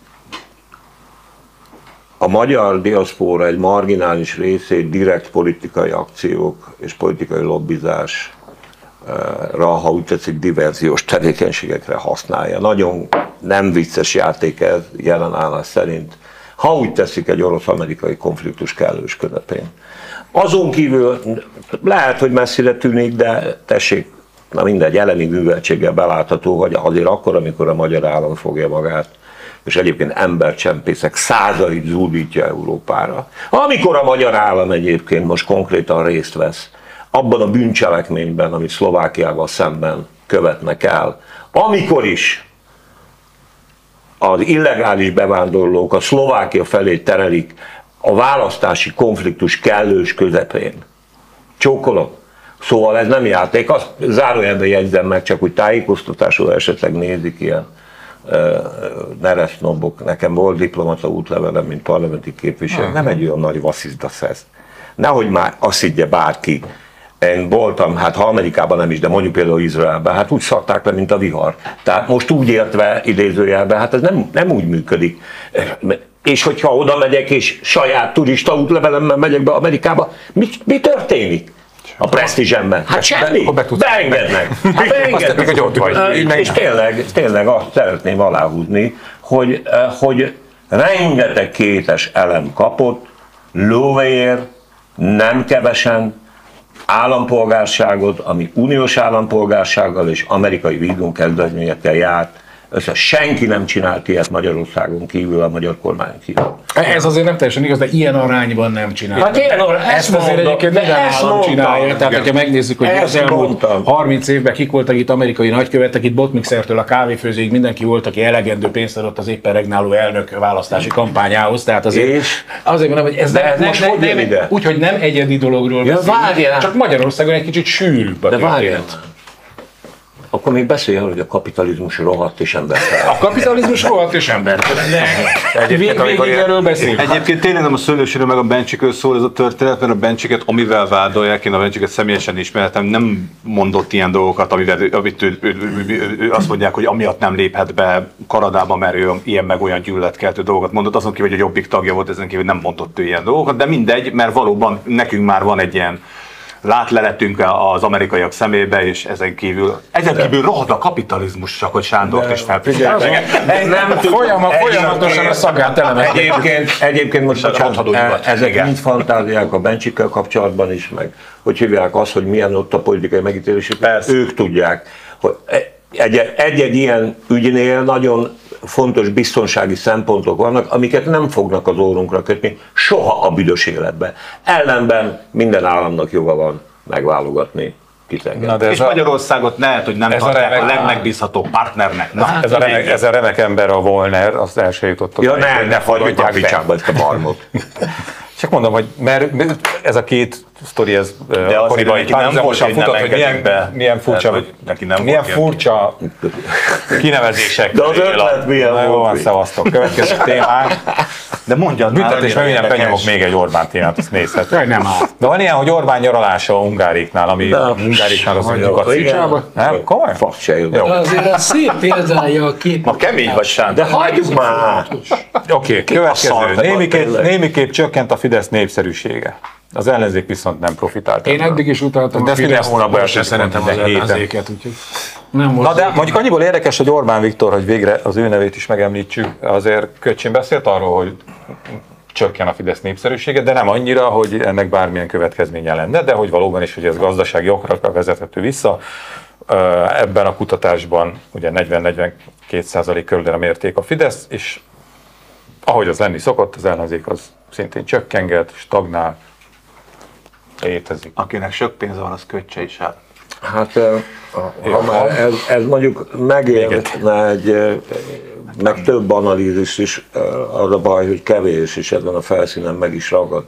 a magyar diaszpóra egy marginális részét direkt politikai akciók és politikai lobbizásra, ha úgy tetszik, diverziós tevékenységekre használja. Nagyon nem vicces játék ez jelen állás szerint, ha úgy teszik egy orosz-amerikai konfliktus kellős közepén. Azon kívül lehet, hogy messzire tűnik, de tessék, na mindegy, elemi műveltséggel belátható, hogy azért akkor, amikor a magyar állam fogja magát, és egyébként embercsempészek százait zúdítja Európára. Amikor a magyar állam egyébként most konkrétan részt vesz abban a bűncselekményben, amit Szlovákiával szemben követnek el, amikor is az illegális bevándorlók a Szlovákia felé terelik a választási konfliktus kellős közepén Csókolom. Szóval ez nem játék, azt zárójelben jegyzem meg, csak úgy tájékoztatásról esetleg nézik ilyen neresznobok. Nekem volt diplomata útlevelem, mint parlamenti képviselő, nem egy olyan nagy vasszizdasz ez. Nehogy már azt higgye bárki. Én voltam, hát ha Amerikában nem is, de mondjuk például Izraelben, hát úgy szarták le, mint a vihar. Tehát most úgy értve idézőjelben, hát ez nem, nem úgy működik. És hogyha oda megyek, és saját turista útlevelemmel megyek be Amerikába, mi, mi történik? A presztízsemben. Hát semmi. Beengednek. Hát beengednek. hogy ott vagy. És tényleg, tényleg azt szeretném aláhúzni, hogy, hogy rengeteg kétes elem kapott, lóvér, nem kevesen, állampolgárságot, ami uniós állampolgársággal és amerikai vízumkedvezményekkel járt. Össze senki nem csinált ilyet Magyarországon kívül, a magyar kormány kívül. Ez azért nem teljesen igaz, de ilyen arányban nem csinálja. Hát ilyen arányban, ezt azért mondom, egyébként minden állam csinálja. Tehát, hogyha megnézzük, hogy az elmúlt harminc évben kik voltak itt amerikai nagykövetek, itt botmixertől a kávéfőzőig mindenki volt, aki elegendő pénzt adott az éppen regnáló elnök választási kampányához. Tehát azért, és? azért mondom, hogy ez de nem, most nem, hogy nem, nem úgyhogy nem egyedi dologról ja, beszélünk, csak Magyarországon egy kicsit sűrűbb a de történet. Akkor még beszéljen, hogy a kapitalizmus rohadt és embertelen. A kapitalizmus rohadt és embertelen. Egyébként, végig erről beszélünk. Egyébként tényleg nem a szőlősről meg a Bencsikről szól ez a történet, mert a Bencsiket, amivel vádolják, én a Bencsiket személyesen ismertem, nem mondott ilyen dolgokat, amivel, amit ő, ő, ő, ő, ő azt mondják, hogy amiatt nem léphet be Kanadába, mert ő ilyen meg olyan gyűlöletkeltő dolgokat mondott, azon kívül, hogy a Jobbik tagja volt, ezen kívül nem mondott ő ilyen dolgokat, de mindegy, mert valóban nekünk már van egy ilyen látleletünk az amerikaiak szemébe, és ezen kívül, ezen kívül rohadt a kapitalizmus, csak hogy Sándort is felfigyeltek. Nem Folyama, folyamatosan a szagát elemet. Egyébként, egyébként most bocsánat, ezek mind fantáziák a Bencsikkel kapcsolatban is, meg hogy hívják azt, hogy milyen ott a politikai megítélés, ők tudják, hogy egy-egy ilyen ügynél nagyon fontos biztonsági szempontok vannak, amiket nem fognak az órunkra kötni soha a büdös életben. Ellenben minden államnak joga van megválogatni, kit és Magyarországot lehet, hogy nem tartják a, a legmegbízhatóbb partnernek. Na, ez, a remek, ez a remek ember, a Volner, az első jutott. Ja, ne, ne fagyjuk a picsába ezt a barmot. Csak mondom, hogy mert ez a két sztori, ez akkoriban így párhuzamosan futott, hogy milyen, be, milyen furcsa, hogy neki nem milyen furcsa kinevezések. De az ötlet milyen volt. Jó, van, szavaztok. Következő témánk. De mondjad már. Büntetés, mert mindjárt benyomok még egy Orbán témát, azt nézhet. Nem áll. De van ilyen, hogy Orbán nyaralása a Ungáriknál, ami Ungáriknál az a nyugat szívcsába. Nem? Komolyan? Fasz se jó. Azért a szép példája a két. Ma kemény vagy, Sándor. De hagyjuk már! Oké, következő. Némiképp, némiképp csökkent a Fidesz népszerűsége. Az ellenzék viszont nem profitált. Én eddig is utaltam de a Fidesz, hónapban sem szeretem az ellenzéket, úgyhogy nem Na de mondjuk annyiból érdekes, hogy Orbán Viktor, hogy végre az ő nevét is megemlítsük, azért Köcsén beszélt arról, hogy csökken a Fidesz népszerűsége, de nem annyira, hogy ennek bármilyen következménye lenne, de hogy valóban is, hogy ez gazdasági okokra vezethető vissza. Ebben a kutatásban ugye negyven-negyvenkét százalék körülre mérték a Fidesz, és ahogy az lenni szokott, az ellenzék az szintén csökkenget, stagnál, létezik. Akinek sok pénze van, az kötse is el. Hát ha már ez, ez mondjuk megérne egy, meg több analízis is, az a baj, hogy kevés, és ebben a felszínen meg is ragad.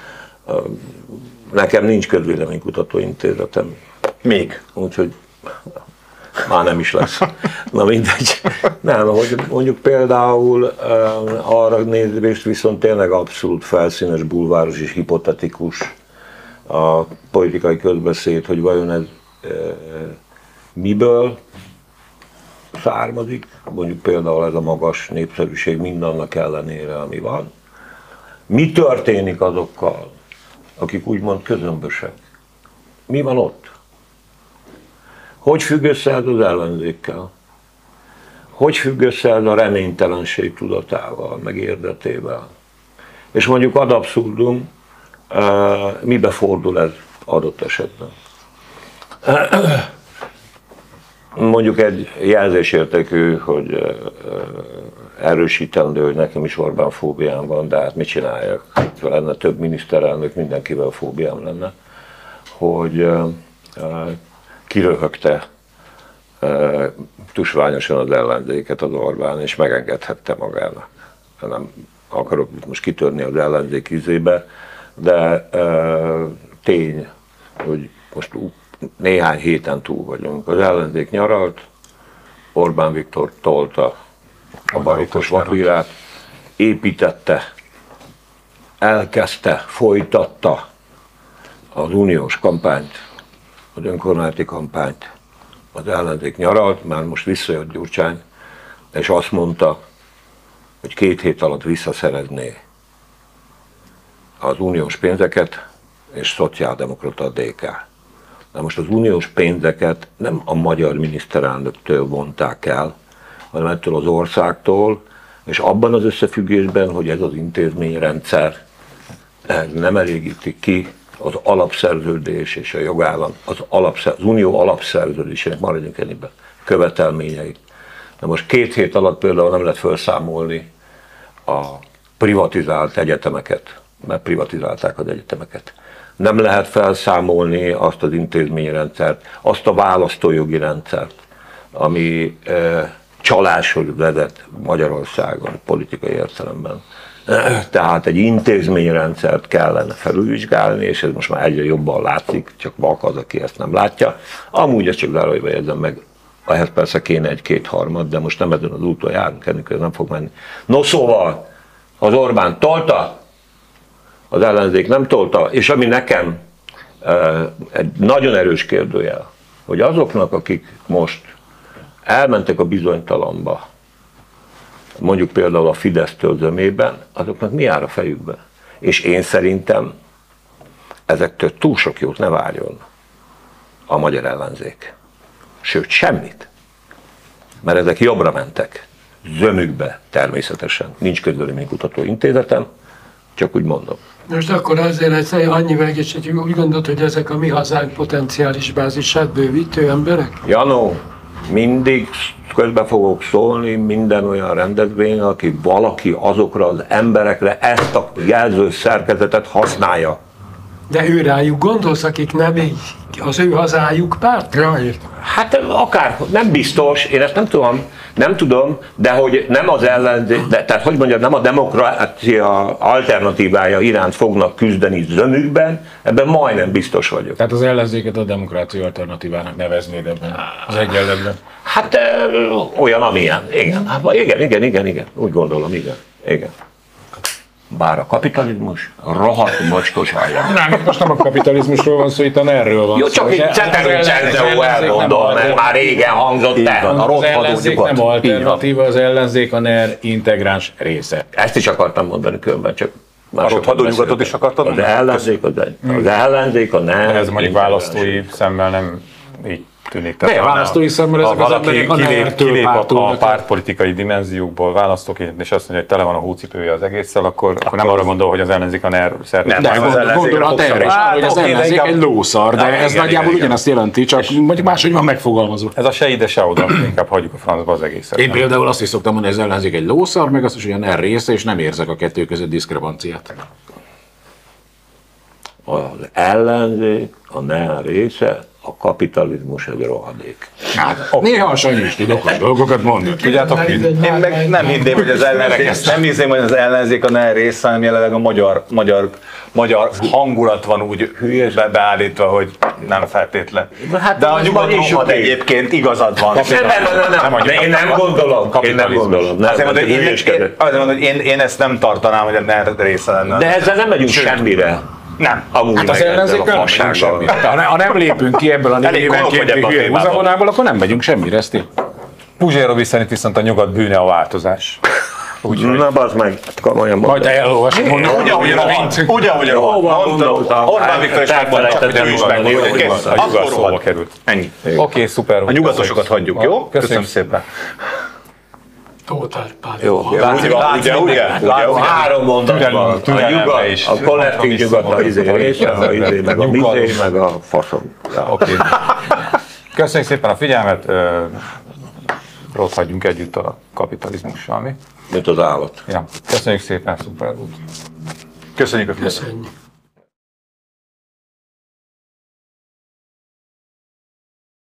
Nekem nincs közvéleménykutató intézetem. Még. Úgyhogy már nem is lesz. Na mindegy. Nem, hogy mondjuk például arra nézést viszont tényleg abszolút felszínes, bulváros és hipotetikus a politikai közbeszéd, hogy vajon ez e, miből származik, mondjuk például ez a magas népszerűség mindannak ellenére, ami van. Mi történik azokkal, akik úgymond közömbösek? Mi van ott? Hogy függ össze ez az ellenzékkel? Hogy függ össze ez a reménytelenség tudatával, meg érdetével? És mondjuk ad abszurdum, Uh, mibe fordul ez adott esetben? Mondjuk egy jelzésértékű, hogy uh, erősítendő, hogy nekem is Orbán fóbiám van, de hát mit csináljak? Itt lenne több miniszterelnök, mindenkivel fóbiám lenne, hogy uh, uh, kiröhögte uh, tusványosan az ellenzéket az Orbán, és megengedhette magának. Nem akarok most kitörni az ellenzék izébe, de uh, tény, hogy most néhány héten túl vagyunk. Az ellenzék nyaralt, Orbán Viktor tolta a barokkos vakvirát, építette, elkezdte, folytatta az uniós kampányt, az önkormányzati kampányt. Az ellenzék nyaralt, már most visszajött Gyurcsány, és azt mondta, hogy két hét alatt visszaszerezné az uniós pénzeket, és szociáldemokrata dé ká. Na most az uniós pénzeket nem a magyar miniszterelnöktől vonták el, hanem ettől az országtól, és abban az összefüggésben, hogy ez az intézményrendszer nem elégíti ki az alapszerződés és a jogállam, az, alapszer, az unió alapszerződésének, maradjunk ennyiben, követelményeit. Na most két hét alatt például nem lehet felszámolni a privatizált egyetemeket, mert privatizálták az egyetemeket. Nem lehet felszámolni azt az intézményrendszert, azt a választójogi rendszert, ami e, csaláshoz vezet Magyarországon politikai értelemben. Tehát egy intézményrendszert kellene felülvizsgálni, és ez most már egyre jobban látszik, csak vak az, aki ezt nem látja. Amúgy ezt csak zárójelbe jegyzem meg, ehhez persze kéne egy-két harmad, de most nem ezen az úton járunk, ennek ez nem fog menni. No szóval, az Orbán tolta, az ellenzék nem tolta, és ami nekem uh, egy nagyon erős kérdőjel, hogy azoknak, akik most elmentek a bizonytalanba, mondjuk például a Fidesztől zömében, azoknak mi jár a fejükbe? És én szerintem ezektől túl sok jót ne várjon a magyar ellenzék. Sőt, semmit. Mert ezek jobbra mentek. Zömükbe természetesen. Nincs közvéleménykutató intézetem, csak úgy mondom. Most akkor azért egy annyival egészítjük, úgy gondolod, hogy ezek a mi hazánk potenciális bázisát bővítő emberek? Janó, mindig közbe fogok szólni minden olyan rendezvény, aki valaki azokra az emberekre ezt a jelző szerkezetet használja. De ő rájuk gondolsz, akik nem így az ő hazájuk pártra? Hát akár, nem biztos, én ezt nem tudom, nem tudom, de hogy nem az ellenzék, de, tehát hogy mondjam, nem a demokrácia alternatívája iránt fognak küzdeni zömükben, ebben majdnem biztos vagyok. Tehát az ellenzéket a demokrácia alternatívának neveznéd ebben az egyenletben? Hát ö, olyan, amilyen, igen. Hát, igen, igen, igen, igen, úgy gondolom, igen, igen. Bár a kapitalizmus rohadt mocskos hallja. Nem, most nem a kapitalizmusról van szó, itt a erről van. Jó, csak egy ceteru elmondom, mert már régen hangzott el. A az ellenzék nem alternatíva, az ellenzék a NER integráns része. Ezt is akartam mondani különben, csak a rothadó nyugatot is akartad? Az ellenzék, az, az ellenzék, a NER. Ez mondjuk választói szemmel nem így tűnik. De a választói szemmel ezek az emberek a NER-től kilép a, a pártolnak. pártpolitikai dimenziókból választóként, és azt mondja, hogy tele van a hócipője az egésszel, akkor, akkor nem arra gondol, hogy az ellenzék a NER szervezet. Nem, gondolat erre is, hogy az ellenzék egy lószar, de ez nagyjából ugyanazt jelenti, csak mondjuk máshogy van megfogalmazva. Ez a se ide, se oda, inkább hagyjuk a francba az egészet. Én például azt is szoktam mondani, hogy az ellenzék egy lószar, meg azt is, hogy a NER része, és nem érzek a kettő között diszkrepanciát. Az ellenzék, a NER része, a kapitalizmus egy rohadék. Hát, okay. Néha a Sanyi is tudok a dolgokat mondani. Tudjátok, én meg nem hinném, hogy az ellenzék, nem hiszem, hogy az ellenzék a NER része, hanem jelenleg a magyar, magyar, magyar hangulat van úgy be, beállítva, hogy nem feltétlen. Hát de a nyugat rohad egyébként igazad van. Nem, nem, nem, nem, de én nem gondolom. Én nem gondolom. Azért mondom, hogy én, én, én, én ezt nem tartanám, hogy a NER része lenne. De ezzel nem megyünk semmire. Nem. Amúgy hát az ellenzék nem megyünk semmire. Ha nem lépünk ki ebből a négy évenkénti hülye húzavonából, akkor nem megyünk semmire, ezt én. Puzsér Robi szerint viszont a nyugat bűne a változás. Úgy, na bazd meg, komolyan mondom. Majd elolvasom, mondom. Ugyanúgy rohadt. Ugyanúgy rohadt. Orbán Viktor is megmondta, hogy ő is megmondta. A nyugat szóba került. Ennyi. Oké, szuper. A nyugatosokat hagyjuk, jó? Köszönöm szépen. Tóth Árpád. Jó, ugye, ugye, három mondatban. A nyugat, a kollektív nyugat, a izé része, a izé, meg a bizé, meg a faszom. Oké. Köszönjük szépen a figyelmet. Rothadjunk együtt a kapitalizmussal, mi? Mint az állat. Ja. Köszönjük szépen, szuper volt. Köszönjük a figyelmet. Köszönjük.